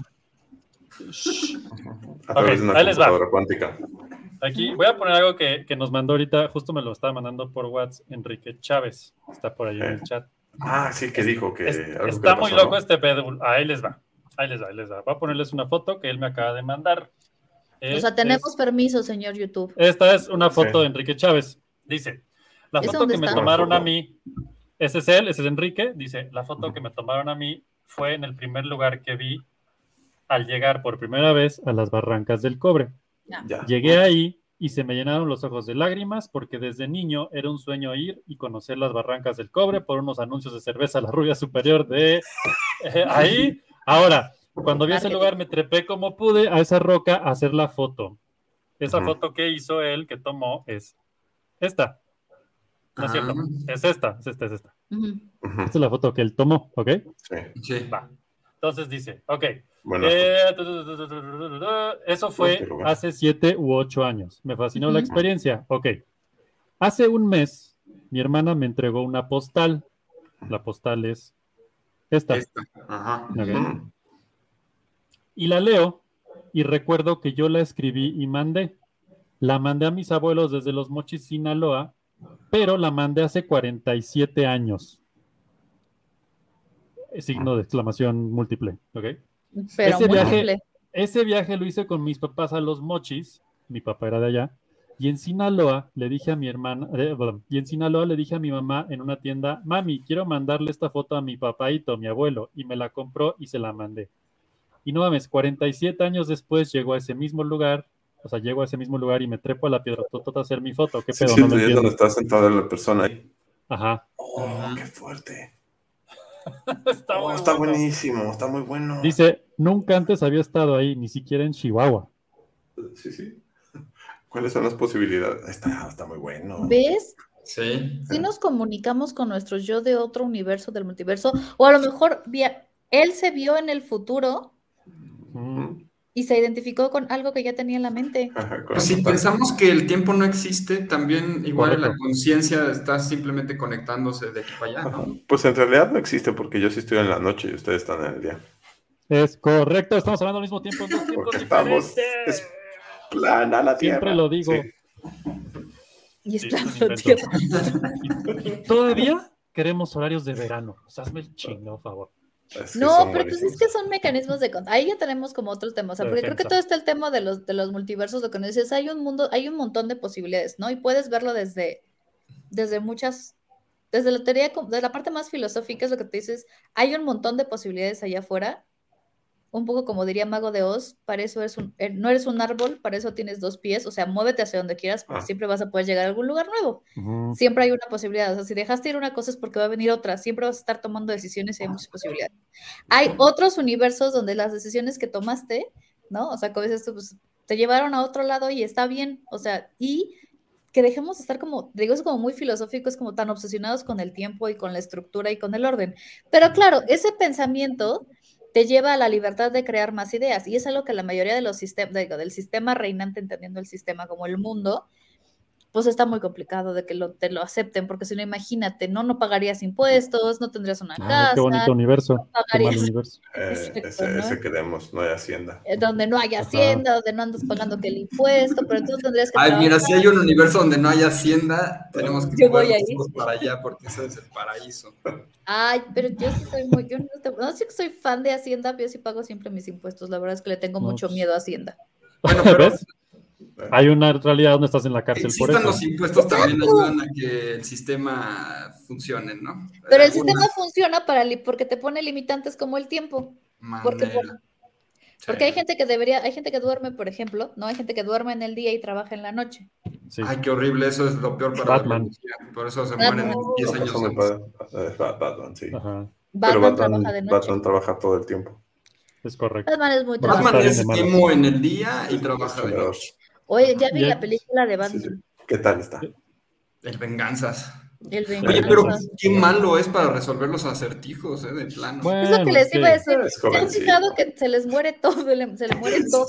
A través de una computadora cuántica. Aquí voy a poner algo que nos mandó ahorita, justo me lo estaba mandando por WhatsApp, Enrique Chávez. Está por ahí en el chat. Sí, que dijo que... Está muy loco este pedo. Ahí les va. Voy a ponerles una foto que él me acaba de mandar. O sea, tenemos permiso, señor YouTube. Esta es una foto de Enrique Chávez. Dice, la foto que me tomaron a mí, ese es él, ese es Enrique. Dice, la foto que me tomaron a mí fue en el primer lugar que vi al llegar por primera vez a las Barrancas del Cobre. Llegué ahí y se me llenaron los ojos de lágrimas porque desde niño era un sueño ir y conocer las Barrancas del Cobre por unos anuncios de cerveza La Rubia Superior de ahí. Ahora, cuando vi ese lugar me trepé como pude a esa roca a hacer la foto. Esa foto que hizo él, que tomó, es esta. No es cierto, es esta. Esta es la foto que él tomó, ¿ok? Sí. Va. Entonces dice, ok. Bueno, Eso fue hace 7 u 8 años. Me fascinó la experiencia. Ok. Hace un mes, mi hermana me entregó una postal. La postal es esta. Ajá. Ok. Y la leo y recuerdo que yo la escribí y mandé. La mandé a mis abuelos desde Los Mochis, Sinaloa, pero la mandé hace 47 años. Signo de exclamación múltiple. ¿Ok? Pero múltiple. Ese viaje lo hice con mis papás a Los Mochis. Mi papá era de allá. Y en Sinaloa le dije a mi hermana, y en Sinaloa le dije a mi mamá en una tienda, mami, quiero mandarle esta foto a mi papaito, mi abuelo, y me la compró y se la mandé. Y no mames, 47 años después llegó a ese mismo lugar, llego a ese mismo lugar y me trepo a la piedra a hacer mi foto. ¿Qué Sí, pedo? sí, No lo es entiendo. donde está sentada la persona ahí. Ajá. Oh, qué fuerte. Está Está buenísimo, está muy bueno. Dice, nunca antes había estado ahí, ni siquiera en Chihuahua. Sí. ¿Cuáles son las posibilidades? Está muy bueno. ¿Ves? Sí. Sí nos comunicamos con nuestro yo de otro universo, del multiverso, o a lo mejor él se vio en el futuro y se identificó con algo que ya tenía en la mente. Pues si pensamos que el tiempo no existe, también igual Correcto. la conciencia está simplemente conectándose de aquí para allá, ¿no? Pues en realidad no existe porque yo sí estoy en la noche y ustedes están en el día. Es correcto, estamos hablando al mismo tiempo. En dos tiempos Porque estamos... diferentes. Es plana la Tierra. Siempre lo digo. Sí. Y es Sí, plano es un la Tierra. Y todavía queremos horarios de verano. O sea, hazme el chingo, por favor. Es que No, son pero pues es buenísimos. que son mecanismos de ahí ya tenemos como otros temas, o sea, De porque creo que defensa. todo está el tema de los multiversos, lo que nos dices, hay un mundo, hay un montón de posibilidades, ¿no? Y puedes verlo desde muchas, desde la teoría, de la parte más filosófica es lo que te dices, hay un montón de posibilidades allá afuera, un poco como diría Mago de Oz, para eso no eres un árbol, para eso tienes 2 pies, o sea, muévete hacia donde quieras, porque siempre vas a poder llegar a algún lugar nuevo. Siempre hay una posibilidad, o sea, si dejaste ir una cosa es porque va a venir otra, siempre vas a estar tomando decisiones y hay muchas posibilidades. Hay otros universos donde las decisiones que tomaste, ¿no? O sea, como dices tú, pues, te llevaron a otro lado y está bien, o sea, y que dejemos de estar como, digo, es como muy filosófico, es como tan obsesionados con el tiempo y con la estructura y con el orden. Pero claro, ese pensamiento te lleva a la libertad de crear más ideas y es algo que la mayoría de los sistemas, del sistema reinante, entendiendo el sistema como el mundo, pues está muy complicado de que te lo acepten, porque si no, imagínate, no pagarías impuestos, no tendrías una casa. Qué bonito universo, no pagarías, qué mal universo. Ese queremos, no hay hacienda. Donde no hay hacienda, donde no andas pagando que el impuesto, pero tú tendrías que trabajar. Mira, si hay un universo donde no hay hacienda, tenemos que Yo voy ahí. para allá porque ese es el paraíso. Ay, pero yo sí soy no sé que soy fan de Hacienda, pero yo sí pago siempre mis impuestos. La verdad es que le tengo mucho miedo a Hacienda. Bueno, pero ¿ves? Hay una realidad donde estás en la cárcel por eso. los impuestos también ayudan a que el sistema funcione, ¿no? Pero el sistema funciona porque te pone limitantes como el tiempo. Porque hay gente que hay gente que duerme, por ejemplo, ¿no? Hay gente que duerme en el día y trabaja en la noche. Sí. Ay, qué horrible, eso es lo peor para Batman. la biología. Por eso se mueren 10 años. Batman, sí. Ajá. Pero Batman trabaja todo el tiempo. Es correcto. Batman es muy Batman trabajador. es emo en el día y trabaja de noche. Oye, ya vi la película de Batman. Sí. ¿Qué tal está? El Venganzas. El Venganzas. Oye, pero qué malo es para resolver los acertijos, de plano. Bueno, es lo que les iba a decir. ¿Se han jovencito. fijado que se les muere todo? Se les muere todo.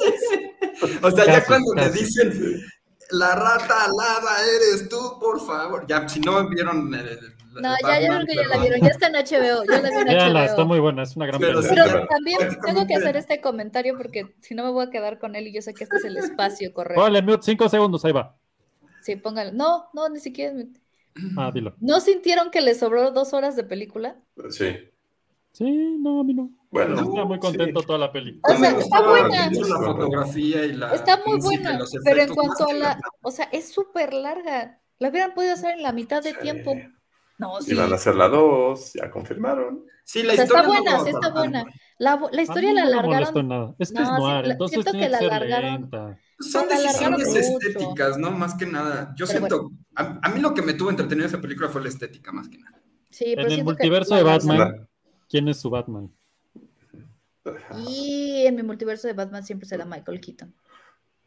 O sea, ya Casi, cuando casi. le dicen la rata alada eres tú, por favor. Ya, si no vieron. No, ya creo que ya la vieron. Ya está en HBO. Yo la vi en Véanla, HBO. está muy buena, es una gran Pero película. Pero también tengo que hacer este comentario porque si no me voy a quedar con él y yo sé que este es el espacio correcto. Órale, mute 5 segundos, ahí va. Sí, póngalo. No, ni siquiera. Dilo. ¿No sintieron que les sobró 2 horas de película? Sí. Sí, no, a mí no. Bueno, Estaba muy contento toda la peli. O sea, está buena. La fotografía y la. Está muy música y buena, los pero en efectos, cuanto a más que o sea, es súper larga. La hubieran podido hacer en la mitad de tiempo. No, sí. Y van a hacer la 2, ya confirmaron. Sí, O la sea, historia. está buena, no sí está va para buena. tanto. La historia A mí la no me molestó alargaron. nada. Es que No, es noir, sí, entonces siento tiene que que la ser alargaron. lenta. Son la alargaron decisiones mucho. estéticas, ¿no? Más que nada. Yo Pero siento. A mí lo que me tuvo entretenido esa película fue la estética, más que nada. Sí, pero En el siento que multiverso la de alargaron. Batman, ¿quién es su Batman? Y en mi multiverso de Batman siempre será Michael Keaton.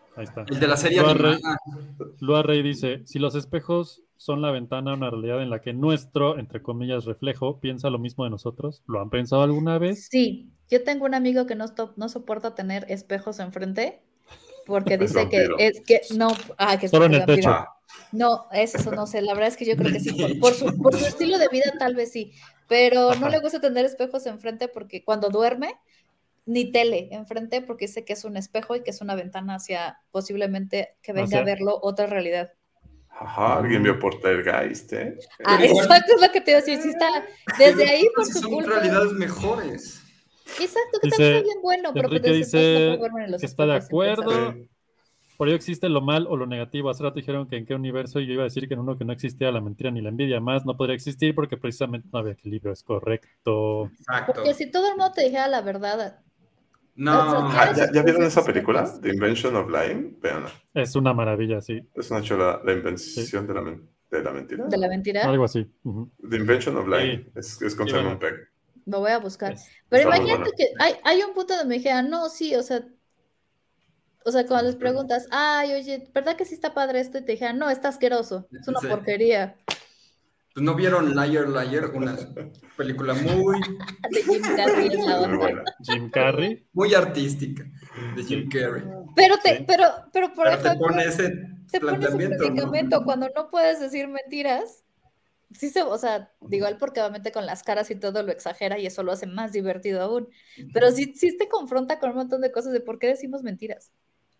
Ahí está. El de la serie Lua Rey, animada. Lua Rey dice, si los espejos son la ventana a una realidad en la que nuestro, entre comillas, reflejo, piensa lo mismo de nosotros, ¿lo han pensado alguna vez? Sí, yo tengo un amigo que no soporta tener espejos enfrente porque Es dice que vampiro. es que no, que Solo en el vampiro. techo. Ah, No, eso no sé, la verdad es que yo creo que sí, por su estilo de vida tal vez sí, pero no Ajá. le gusta tener espejos enfrente porque cuando duerme, ni tele enfrente porque dice que es un espejo y que es una ventana hacia posiblemente que venga a Hacia- verlo otra realidad. Ajá, alguien vio Poltergeist, ¿eh? Ah, igual- exacto, es lo que te iba a decir, sí está, desde pero ahí por si su son culpa. realidades mejores. Exacto, que tal vez Dice, es bien bueno, pero pues Enrique entonces mejor dice duermen en los que está de espejos sin pensar. acuerdo. Sí. Por ello existe lo mal o lo negativo. Hace rato dijeron que en qué universo y yo iba a decir que en uno que no existía la mentira ni la envidia. Más no podría existir porque precisamente no había equilibrio. Es correcto. Exacto. Porque si todo el mundo te dijera la verdad, No, o sea, Ajá, tienes ¿ya vieron sus esa película? cosas. The Invention of Lying. Veanla. Es una maravilla, sí. Es una chula, la invención de la mentira. De la mentira, Algo así. Ujú. The Invention of Lying. Sí. Es con Sí, Simon bueno. Pegg. lo voy a buscar. Es- Pero está muy imagínate buena. que hay un punto donde me dijeran, no, sí, o sea, cuando les preguntas, ay, oye, ¿verdad que sí está padre esto? Y te dijeran, no, está asqueroso, es una Sí. porquería. pues no vieron Liar Liar, una película muy, De Jim Carrey es la Muy onda. buena. Jim Carrey. muy artística de Jim Sí. Carrey. Pero Sí. por Pero te ejemplo, pone ese te pone ese planteamiento, ¿no? predicamento cuando no puedes decir mentiras. Sí o sea, digo, él porque obviamente con las caras y todo lo exagera y eso lo hace más divertido aún. Pero sí te confronta con un montón de cosas de por qué decimos mentiras.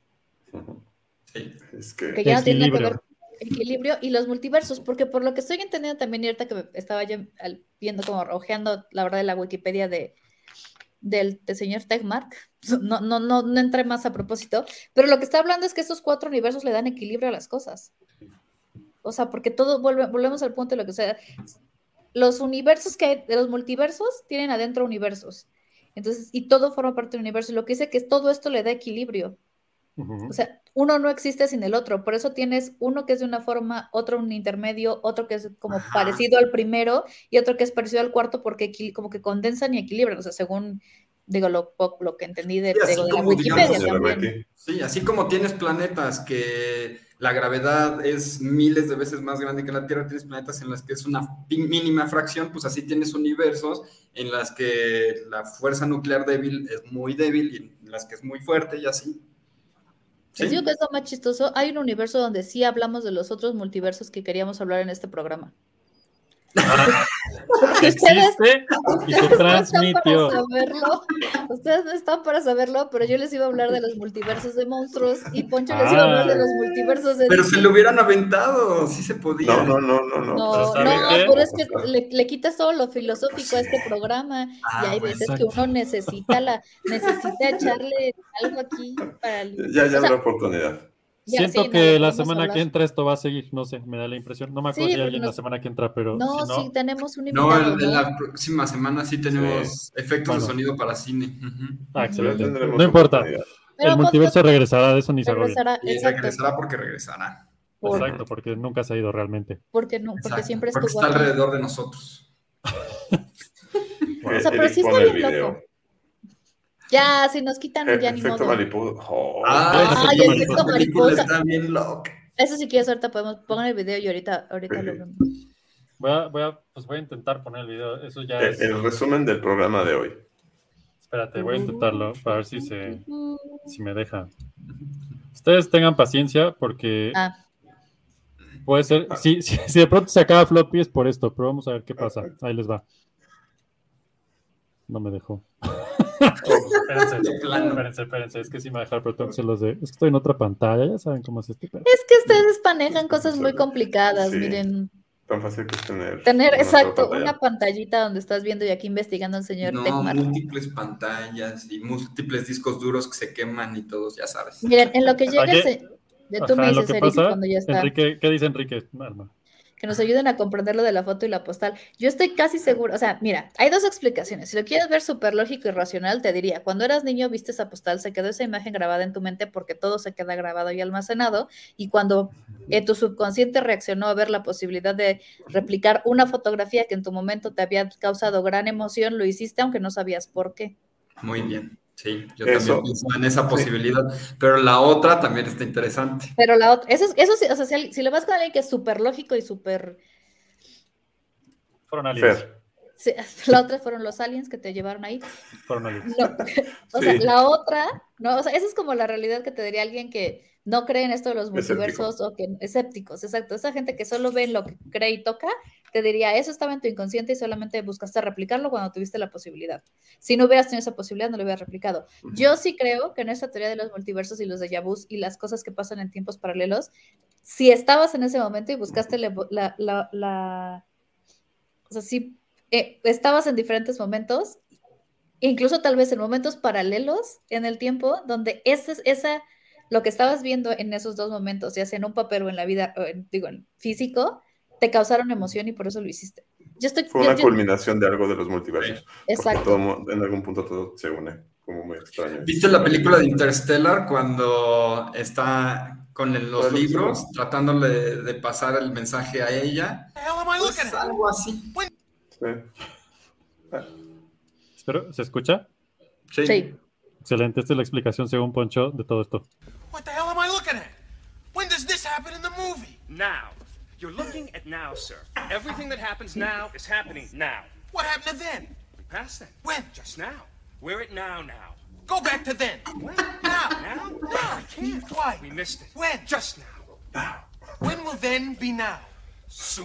Sí. Es Que que ya no tiene nada que ver Equilibrio. con equilibrio y los multiversos, porque por lo que estoy entendiendo también, y ahorita que estaba yo viendo como ojeando la verdad de la Wikipedia del señor Tegmark, no entré más a propósito, pero lo que está hablando es que estos 4 universos le dan equilibrio a las cosas. O sea, porque todo volvemos al punto de lo que sea. Los universos que hay, de los multiversos, tienen adentro universos. Entonces, y todo forma parte del universo. Y lo que dice que todo esto le da equilibrio. Ujú. O sea, uno no existe sin el otro. Por eso tienes uno que es de una forma, otro un intermedio, otro que es como parecido al primero y otro que es parecido al cuarto porque como que condensan y equilibran. O sea, según, digo, lo que entendí de, Sí, así de la como, Wikipedia digamos, señora también. Betty. Sí, así como tienes planetas que la gravedad es miles de veces más grande que la Tierra, tienes planetas en las que es una mínima fracción, pues así tienes universos en las que la fuerza nuclear débil es muy débil y en las que es muy fuerte y así. Les ¿Sí? digo que es lo más chistoso. Hay un universo donde sí hablamos de los otros multiversos que queríamos hablar en este programa. Porque Existe y se ustedes no están para transmitió. saberlo. Ustedes no están para saberlo, pero yo les iba a hablar de los multiversos de monstruos y Poncho les iba a hablar de los multiversos de Pero DC. se lo hubieran aventado, sí se podía. No. No, ¿saben no, qué? pero es que le quitas todo lo filosófico a este programa y hay veces que exacto. uno necesita echarle algo aquí para... Ya o sea, habrá oportunidad. ya, Siento sí, no, que lo la podemos semana hablar. que entra esto va a seguir, no sé, me da la impresión. No me acuerdo Sí, si hay porque alguien la semana que entra, pero no, si no, sí, tenemos un No, invitado, en la próxima semana sí tenemos efectos Bueno. de sonido para cine. Ujú. excelente. Ya tendremos No importa, oportunidad. Pero el multiverso regresará, de eso ni se agobien. regresará, Y exacto, regresará porque regresará. Exacto, porque nunca se ha ido realmente. porque Exacto, siempre porque estuvo está aquí. alrededor de nosotros. Wow. O sea, pero Eric sí está pone el bien video. loco. Ya, si nos quitan, ya ni Efecto modo. mariposa. Oh, Ay, efecto efecto esa película mariposa. está bien loca. Eso si quieres, ahorita pongan el video y ahorita lo vemos. Voy a intentar poner el video. Eso ya es. el resumen del programa de hoy. Espérate, voy a intentarlo para ver si me deja. Ustedes tengan paciencia porque puede ser. Si de pronto se acaba floppy es por esto, pero vamos a ver qué pasa. Ahí les va. No me dejó. Espérense, es que sí me va a dejar, pero tengo que ser los de. Es que estoy en otra pantalla, ya saben cómo es este pedo. Es que ustedes manejan cosas muy complicadas, Sí. miren. Tan fácil que es tener Exacto, pantalla. una pantallita donde estás viendo y aquí investigando al señor No, Tegmark. múltiples pantallas y múltiples discos duros que se queman y todos, ya sabes. Miren, en lo que llega Oye, tú me lo dices, que Eric, pasa, cuando ya está. Enrique, ¿qué dice Enrique? Arma. Que nos ayuden a comprender lo de la foto y la postal. Yo estoy casi segura, o sea, mira, hay 2 explicaciones. Si lo quieres ver súper lógico y racional, te diría, cuando eras niño viste esa postal, se quedó esa imagen grabada en tu mente porque todo se queda grabado y almacenado, y cuando tu subconsciente reaccionó a ver la posibilidad de replicar una fotografía que en tu momento te había causado gran emoción, lo hiciste aunque no sabías por qué. Muy bien. Sí, yo Eso, también pienso en esa posibilidad, pero la otra también está interesante. Pero la otra, eso sí, o sea, si lo vas con alguien que es súper lógico y súper... Fueron aliens. Fer. Sí, la otra fueron los aliens que te llevaron ahí. Fueron aliens. No, o sea, Sí. la otra, no, o sea, esa es como la realidad que te diría alguien que no cree en esto de los multiversos Escéptico. o que escépticos, exacto. Esa gente que solo ve lo que cree y toca, te diría, eso estaba en tu inconsciente y solamente buscaste replicarlo cuando tuviste la posibilidad. Si no hubieras tenido esa posibilidad, no lo hubieras replicado. Yo sí creo que en esta teoría de los multiversos y los déjà vus y las cosas que pasan en tiempos paralelos, si estabas en ese momento y buscaste o sea, si estabas en diferentes momentos, incluso tal vez en momentos paralelos en el tiempo, donde lo que estabas viendo en esos dos momentos, ya sea en un papel o en la vida, digo, en físico, te causaron emoción y por eso lo hiciste. Fue una culminación de algo de los multiversos. Exacto. Porque todo, en algún punto todo se une, como muy extraño. ¿Viste la película de Interstellar cuando está con los libros tratándole de pasar el mensaje a ella? Pues algo así. Sí. Espero, ¿se escucha? Sí. Excelente, esta es la explicación según Poncho de todo esto. What the hell am I looking at? When does this happen in the movie? Now. You're looking at now, sir. Everything that happens now is happening now. What happened to then? We passed then. When? Just now. We're at now. Go back to then. When? Now. Now? No, I can't. Why? We missed it. When? Just now. Now. When will then be now? Soon.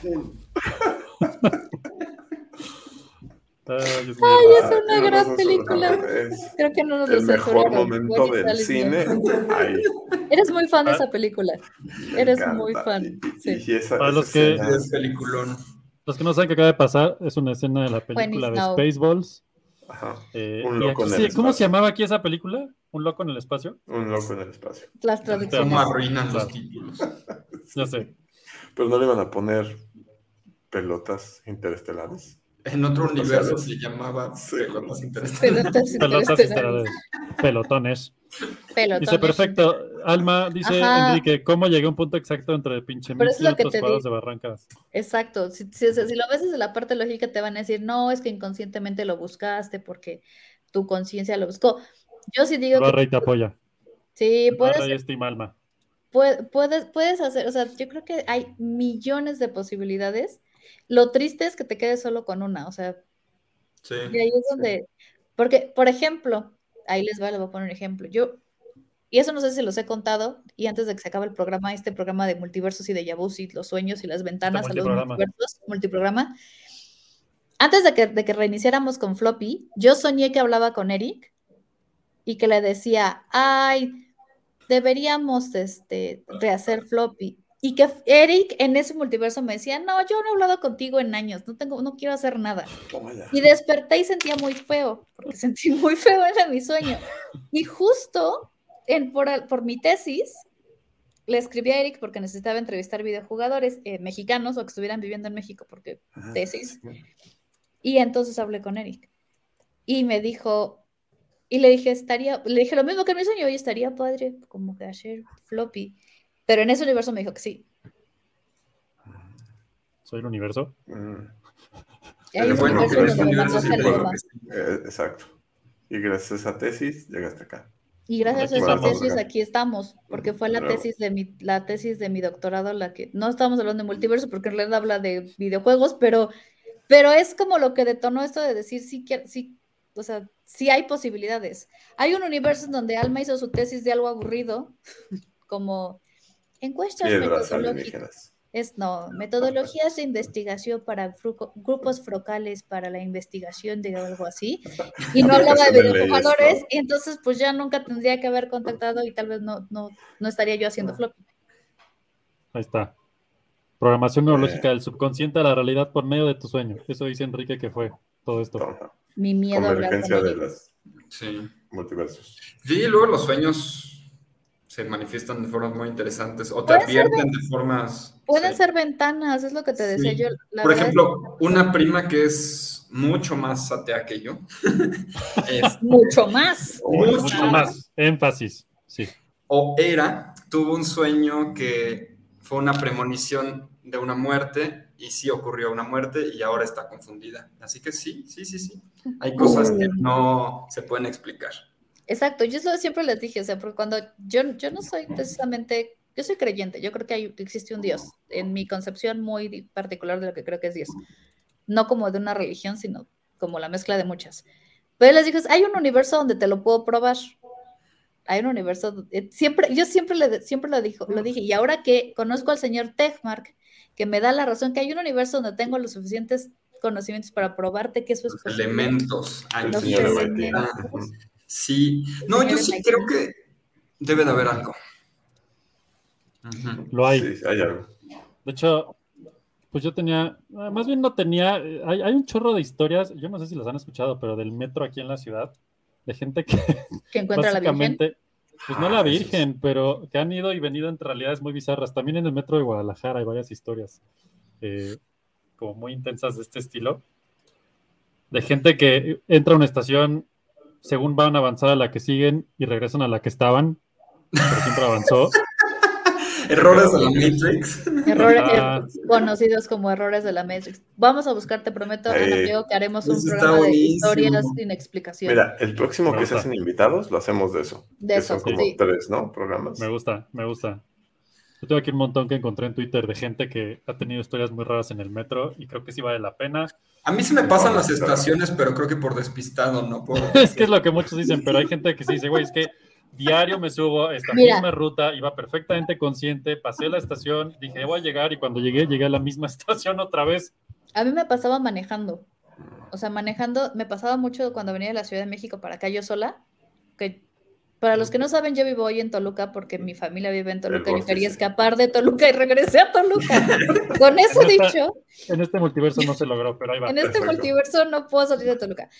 Ay, es una gran película. Creo que no nos lo el mejor censuraron. momento del cine. Ahí. Eres muy fan de esa película. Me Eres encanta. muy fan. Sí. Y esa, Para esa los que- escena- Es peliculón. Los que no saben qué acaba de pasar, es una escena de la película When de is now? Spaceballs. Ajá. Y Un loco aquí en el ¿cómo espacio. se llamaba aquí esa película? ¿Un loco en el espacio? Un loco en el espacio. Las ¿Cómo traducciones. arruinan los Claro. títulos? Ya sé. Pero no le iban a poner pelotas interestelares. En otro universo Espaciales. se llamaba Sí. Pelotas Interestelares. Pelotas Pelotas interestelares. estelares. Pelotones. Pelotones. Dice, perfecto. Alma, dice Ajá. Enrique, ¿cómo llegué a un punto exacto entre pinche Pero 1000 es lo que kilómetros te cuadrados de digo. barrancas? Exacto. Si lo ves desde la parte lógica, te van a decir, no, es que inconscientemente lo buscaste porque tu conciencia lo buscó. Yo sí digo Barra que y te apoya. sí, Barra y estima Alma. puedes hacer, o sea, yo creo que hay millones de posibilidades. Lo triste es que te quedes solo con una, o sea, Sí. y ahí es donde, porque, por ejemplo, ahí les voy a poner un ejemplo. Y eso no sé si los he contado, y antes de que se acabe el programa, este programa de multiversos y de vus y los sueños y las ventanas a los multiprograma. multiversos, multiprograma. Antes de que reiniciáramos con Floppy, yo soñé que hablaba con Eric y que le decía, ay, deberíamos rehacer Floppy. Y que Eric en ese multiverso me decía, no, yo no he hablado contigo en años, no quiero hacer nada. Toma ya. Y desperté y sentía muy feo, porque sentí muy feo en mi sueño. Y justo por mi tesis, le escribí a Eric porque necesitaba entrevistar videojugadores mexicanos o que estuvieran viviendo en México, porque tesis. Y entonces hablé con Eric. Y me dijo, y le dije lo mismo que en mi sueño, oye, estaría padre como que hacer Floppy. Pero en ese universo me dijo que sí. ¿Soy el universo? Y ahí es Bueno, universo pero donde ese me universo mandó sí a te Calema. digo que sí. Exacto. Y gracias a esa tesis llegaste acá. Y gracias a Aquí esa estamos. tesis aquí estamos, porque fue la Bravo. tesis de mi doctorado la que no estamos hablando de multiverso porque en realidad habla de videojuegos, pero es como lo que detonó esto de decir sí, o sea, sí hay posibilidades. Hay un universo en donde Alma hizo su tesis de algo aburrido, como encuestas Piedras metodológicas. alienígenas. Metodologías de investigación para grupos focales para la investigación de algo así, y no hablaba de Aplicación de leyes, videojugadores, ¿no? y entonces pues ya nunca tendría que haber contactado y tal vez no estaría yo haciendo Floppy. Ahí está. Programación neurológica del subconsciente a la realidad por medio de tu sueño. Eso dice Enrique que fue todo esto. Toma. Mi miedo a hablar con Convergencia de Eric. los Sí. multiversos. Sí, luego los sueños se manifiestan de formas muy interesantes o te Pueden ser advierten de formas... Pueden sí. ser ventanas, es lo que te decía Sí. yo. La Por verdad ejemplo, una prima que es mucho más atea que yo. es mucho más. Mucho más. Énfasis. Sí. Tuvo un sueño que fue una premonición de una muerte y sí ocurrió una muerte y ahora está confundida. Así que sí. Hay cosas que no se pueden explicar. Exacto, yo eso siempre les dije, o sea, porque cuando yo no soy precisamente, yo soy creyente, yo creo que existe un Dios, en mi concepción muy particular de lo que creo que es Dios, no como de una religión, sino como la mezcla de muchas. Pero les dije, hay un universo donde te lo puedo probar, hay un universo, yo siempre lo dije, y ahora que conozco al señor Tegmark, que me da la razón que hay un universo donde tengo los suficientes conocimientos para probarte que eso es posible. Elementos. Los elementos. Sí. No, yo sí creo que debe de haber algo. Lo hay. Sí, hay algo. De hecho, pues yo tenía, más bien no tenía, hay un chorro de historias, yo no sé si las han escuchado, pero del metro aquí en la ciudad, de gente que encuentra básicamente, la Virgen. pues no la Virgen, pero que han ido y venido entre realidades muy bizarras. También en el metro de Guadalajara hay varias historias como muy intensas de este estilo, de gente que entra a una estación, según van avanzada a la que siguen y regresan a la que estaban, pero siempre avanzó. Errores de la Matrix. Errores conocidos como errores de la Matrix. Vamos a buscar, te prometo, Ana Diego, que haremos un programa de historias sin explicación. Mira, el próximo que se hacen invitados, lo hacemos de eso. De eso, son como 3, ¿no? Programas. Me gusta. Yo tengo aquí un montón que encontré en Twitter de gente que ha tenido historias muy raras en el metro y creo que sí vale la pena. A mí se me pasan las estaciones, pero creo que por despistado, no por... Es que es lo que muchos dicen, pero hay gente que sí dice, güey, es que diario me subo a esta misma ruta, iba perfectamente consciente, pasé la estación, dije, voy a llegar, y cuando llegué a la misma estación otra vez. A mí me pasaba manejando. O sea, manejando, me pasaba mucho cuando venía de la Ciudad de México para acá yo sola, que para los que no saben, yo vivo hoy en Toluca porque mi familia vive en Toluca y yo quería escapar de Toluca y regresé a Toluca. Con eso dicho... En este multiverso no se logró, pero ahí va. En este multiverso no puedo salir de Toluca.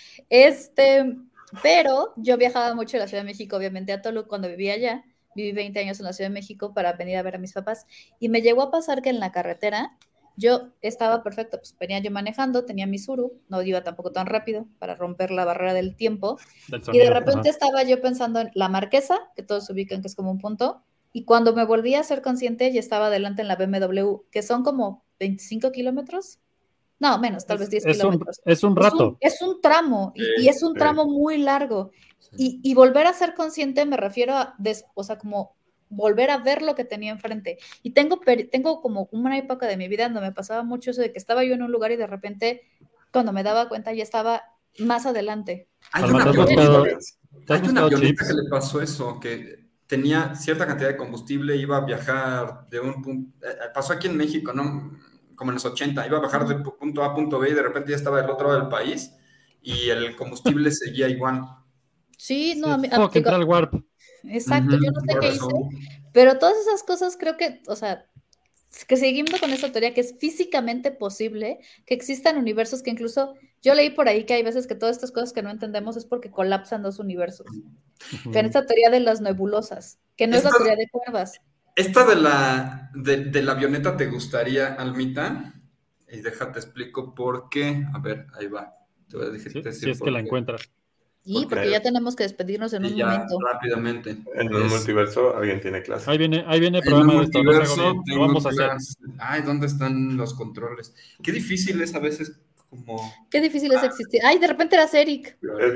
Pero yo viajaba mucho a la Ciudad de México, obviamente a Toluca cuando vivía allá. Viví 20 años en la Ciudad de México para venir a ver a mis papás. Y me llegó a pasar que en la carretera yo estaba perfecto, pues venía yo manejando, tenía mi Suru, no iba tampoco tan rápido para romper la barrera del tiempo. Y de repente estaba yo pensando en la Marquesa, que todos se ubican que es como un punto, y cuando me volví a ser consciente ya estaba adelante en la BMW, que son como 25 kilómetros. No, menos, tal vez 10 kilómetros. Es un rato. Es un tramo, y es un tramo muy largo. Y volver a ser consciente me refiero a, o sea, como volver a ver lo que tenía enfrente. Y tengo como una época de mi vida donde me pasaba mucho eso de que estaba yo en un lugar y de repente, cuando me daba cuenta, ya estaba más adelante. Hay una avioneta que le pasó eso, que tenía cierta cantidad de combustible, iba a viajar de un punto... pasó aquí en México, ¿no? Como en los 80, iba a bajar de punto A a punto B y de repente ya estaba del otro lado del país y el combustible seguía igual. Sí, no, Central Warp. Exacto, yo no sé qué hice, pero todas esas cosas creo que, o sea, que seguimos con esa teoría que es físicamente posible que existan universos que incluso, yo leí por ahí que hay veces que todas estas cosas que no entendemos es porque colapsan dos universos. Que en esta teoría de las nebulosas, que no es la teoría de cuerdas. Esta de la avioneta te gustaría, Almita, y déjate explico por qué. A ver, ahí va. Te voy a decir si es que la encuentras. Y porque ya tenemos que despedirnos en un momento. Rápidamente. En un multiverso alguien tiene clase. Ahí viene el programa de esto. Lo vamos a hacer. Ay, ¿dónde están los controles? Qué difícil es a veces como... Qué difícil es existir. Ay, de repente eras Eric.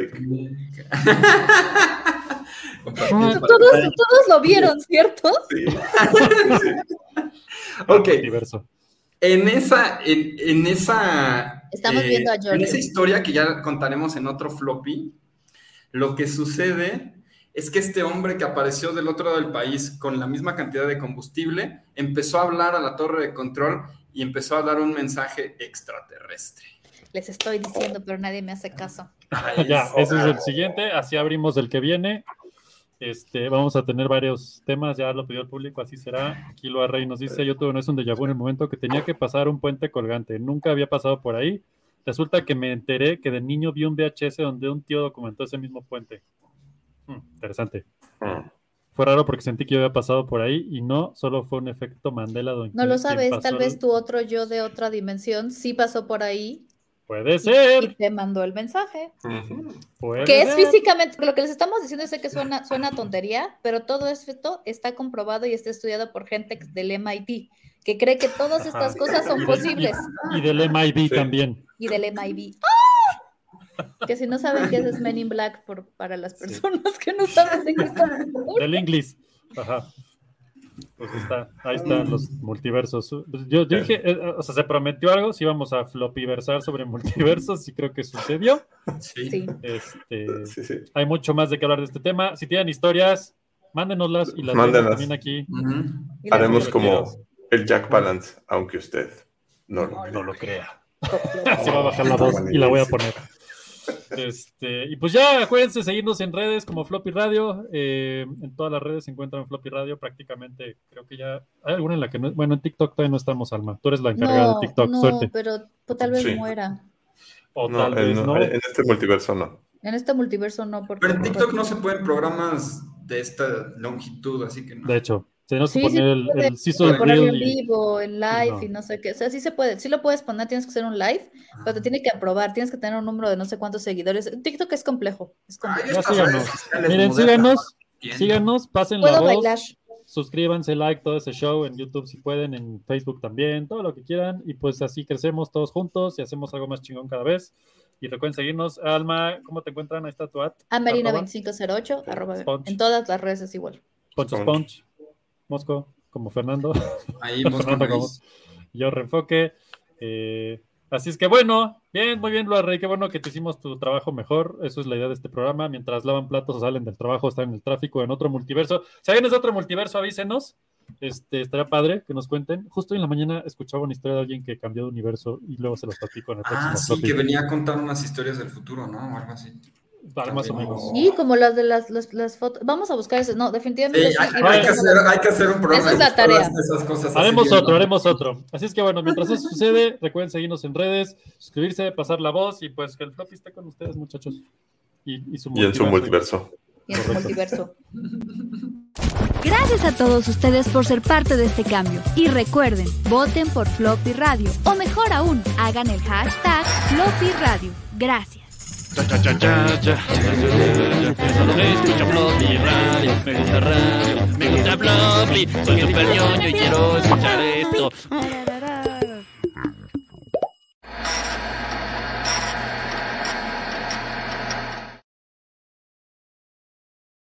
Todos lo vieron, ¿cierto? Sí. Ok. En esa estamos viendo a Jordan. En esa historia que ya contaremos en otro floppy, lo que sucede es que este hombre que apareció del otro lado del país con la misma cantidad de combustible empezó a hablar a la torre de control y empezó a dar un mensaje extraterrestre. Les estoy diciendo, pero nadie me hace caso. Ya, ese es el siguiente, así abrimos el que viene. Vamos a tener varios temas, ya lo pidió el público, así será. Aquí lo Rey nos dice, yo tuve un déjà vu en el momento que tenía que pasar un puente colgante, nunca había pasado por ahí. Resulta que me enteré que de niño vi un VHS donde un tío documentó ese mismo puente. Interesante. Fue raro porque sentí que yo había pasado por ahí y no solo fue un efecto Mandela. No lo sabes, tal vez tu otro yo de otra dimensión sí pasó por ahí. Puede ser. Y te mandó el mensaje. Puede que ser. Es físicamente, lo que les estamos diciendo, sé que suena tontería, pero todo esto está comprobado y está estudiado por gente del MIT, que cree que todas estas cosas son posibles. Y del MIB también. Y del MIB. ¡Oh! Que si no saben qué es Men in Black para las personas que no saben de qué están. Del inglés. Ajá. Pues ahí están los multiversos. Yo dije, o sea, se prometió algo, si íbamos a flopiversar sobre multiversos, y creo que sucedió. Sí. Sí. Hay mucho más de qué hablar de este tema. Si tienen historias, mándenoslas y las vemos también aquí. Haremos como el Jack Palance, aunque usted no lo crea. Así va a bajar la voz y la voy a poner. Y pues ya, acuérdense seguirnos en redes como Floppy Radio. En todas las redes se encuentran Floppy Radio. Prácticamente, creo que ya hay alguna en la que no. Bueno, en TikTok todavía no estamos, Alma. Tú eres la encargada de TikTok. No, suerte. pero tal vez muera. O tal vez no. En este multiverso no. En este multiverso no. Porque pero en TikTok no se pueden programas de esta longitud, así que no. De hecho. Tenemos que poner el season reel en vivo, en live y no sé qué. O sea, sí se puede, sí lo puedes poner, tienes que hacer un live, pero te tiene que aprobar, tienes que tener un número de no sé cuántos seguidores. TikTok es complejo. Ya síganos. Miren, síganos, pasen la voz. Bailar. Suscríbanse, like, todo ese show en YouTube si pueden, en Facebook también, todo lo que quieran. Y pues así crecemos todos juntos y hacemos algo más chingón cada vez. Y recuerden seguirnos. Alma, ¿cómo te encuentran? Ahí está tu ad. Amarina2508, en todas las redes es igual. Poncho Sponge. Mosco, como Fernando. Ahí, Mosco. Yo Reenfoque. Así es que bueno, muy bien, Luarrey, qué bueno que te hicimos tu trabajo mejor. Eso es la idea de este programa. Mientras lavan platos o salen del trabajo, están en el tráfico, en otro multiverso. Si alguien es de otro multiverso, avísenos. Estaría padre que nos cuenten. Justo en la mañana escuchaba una historia de alguien que cambió de universo y luego se los platico en el próximo. Sí, que venía a contar unas historias del futuro, ¿no? O algo así. Más o menos. Sí, como las de las fotos. Vamos a buscar eso. No, definitivamente. Sí, hay que hacer un programa. Esa es la tarea. Esas cosas haremos otro. Así es que bueno, mientras eso sucede, recuerden seguirnos en redes, suscribirse, pasar la voz y pues que el Floppy esté con ustedes, muchachos. Y en su multiverso. Gracias a todos ustedes por ser parte de este cambio. Y recuerden, voten por Floppy Radio. O mejor aún, hagan el hashtag Floppy Radio. Gracias. Solo escucho Floppy Radio, me gusta Floppy, soy super ñoño y quiero escuchar esto.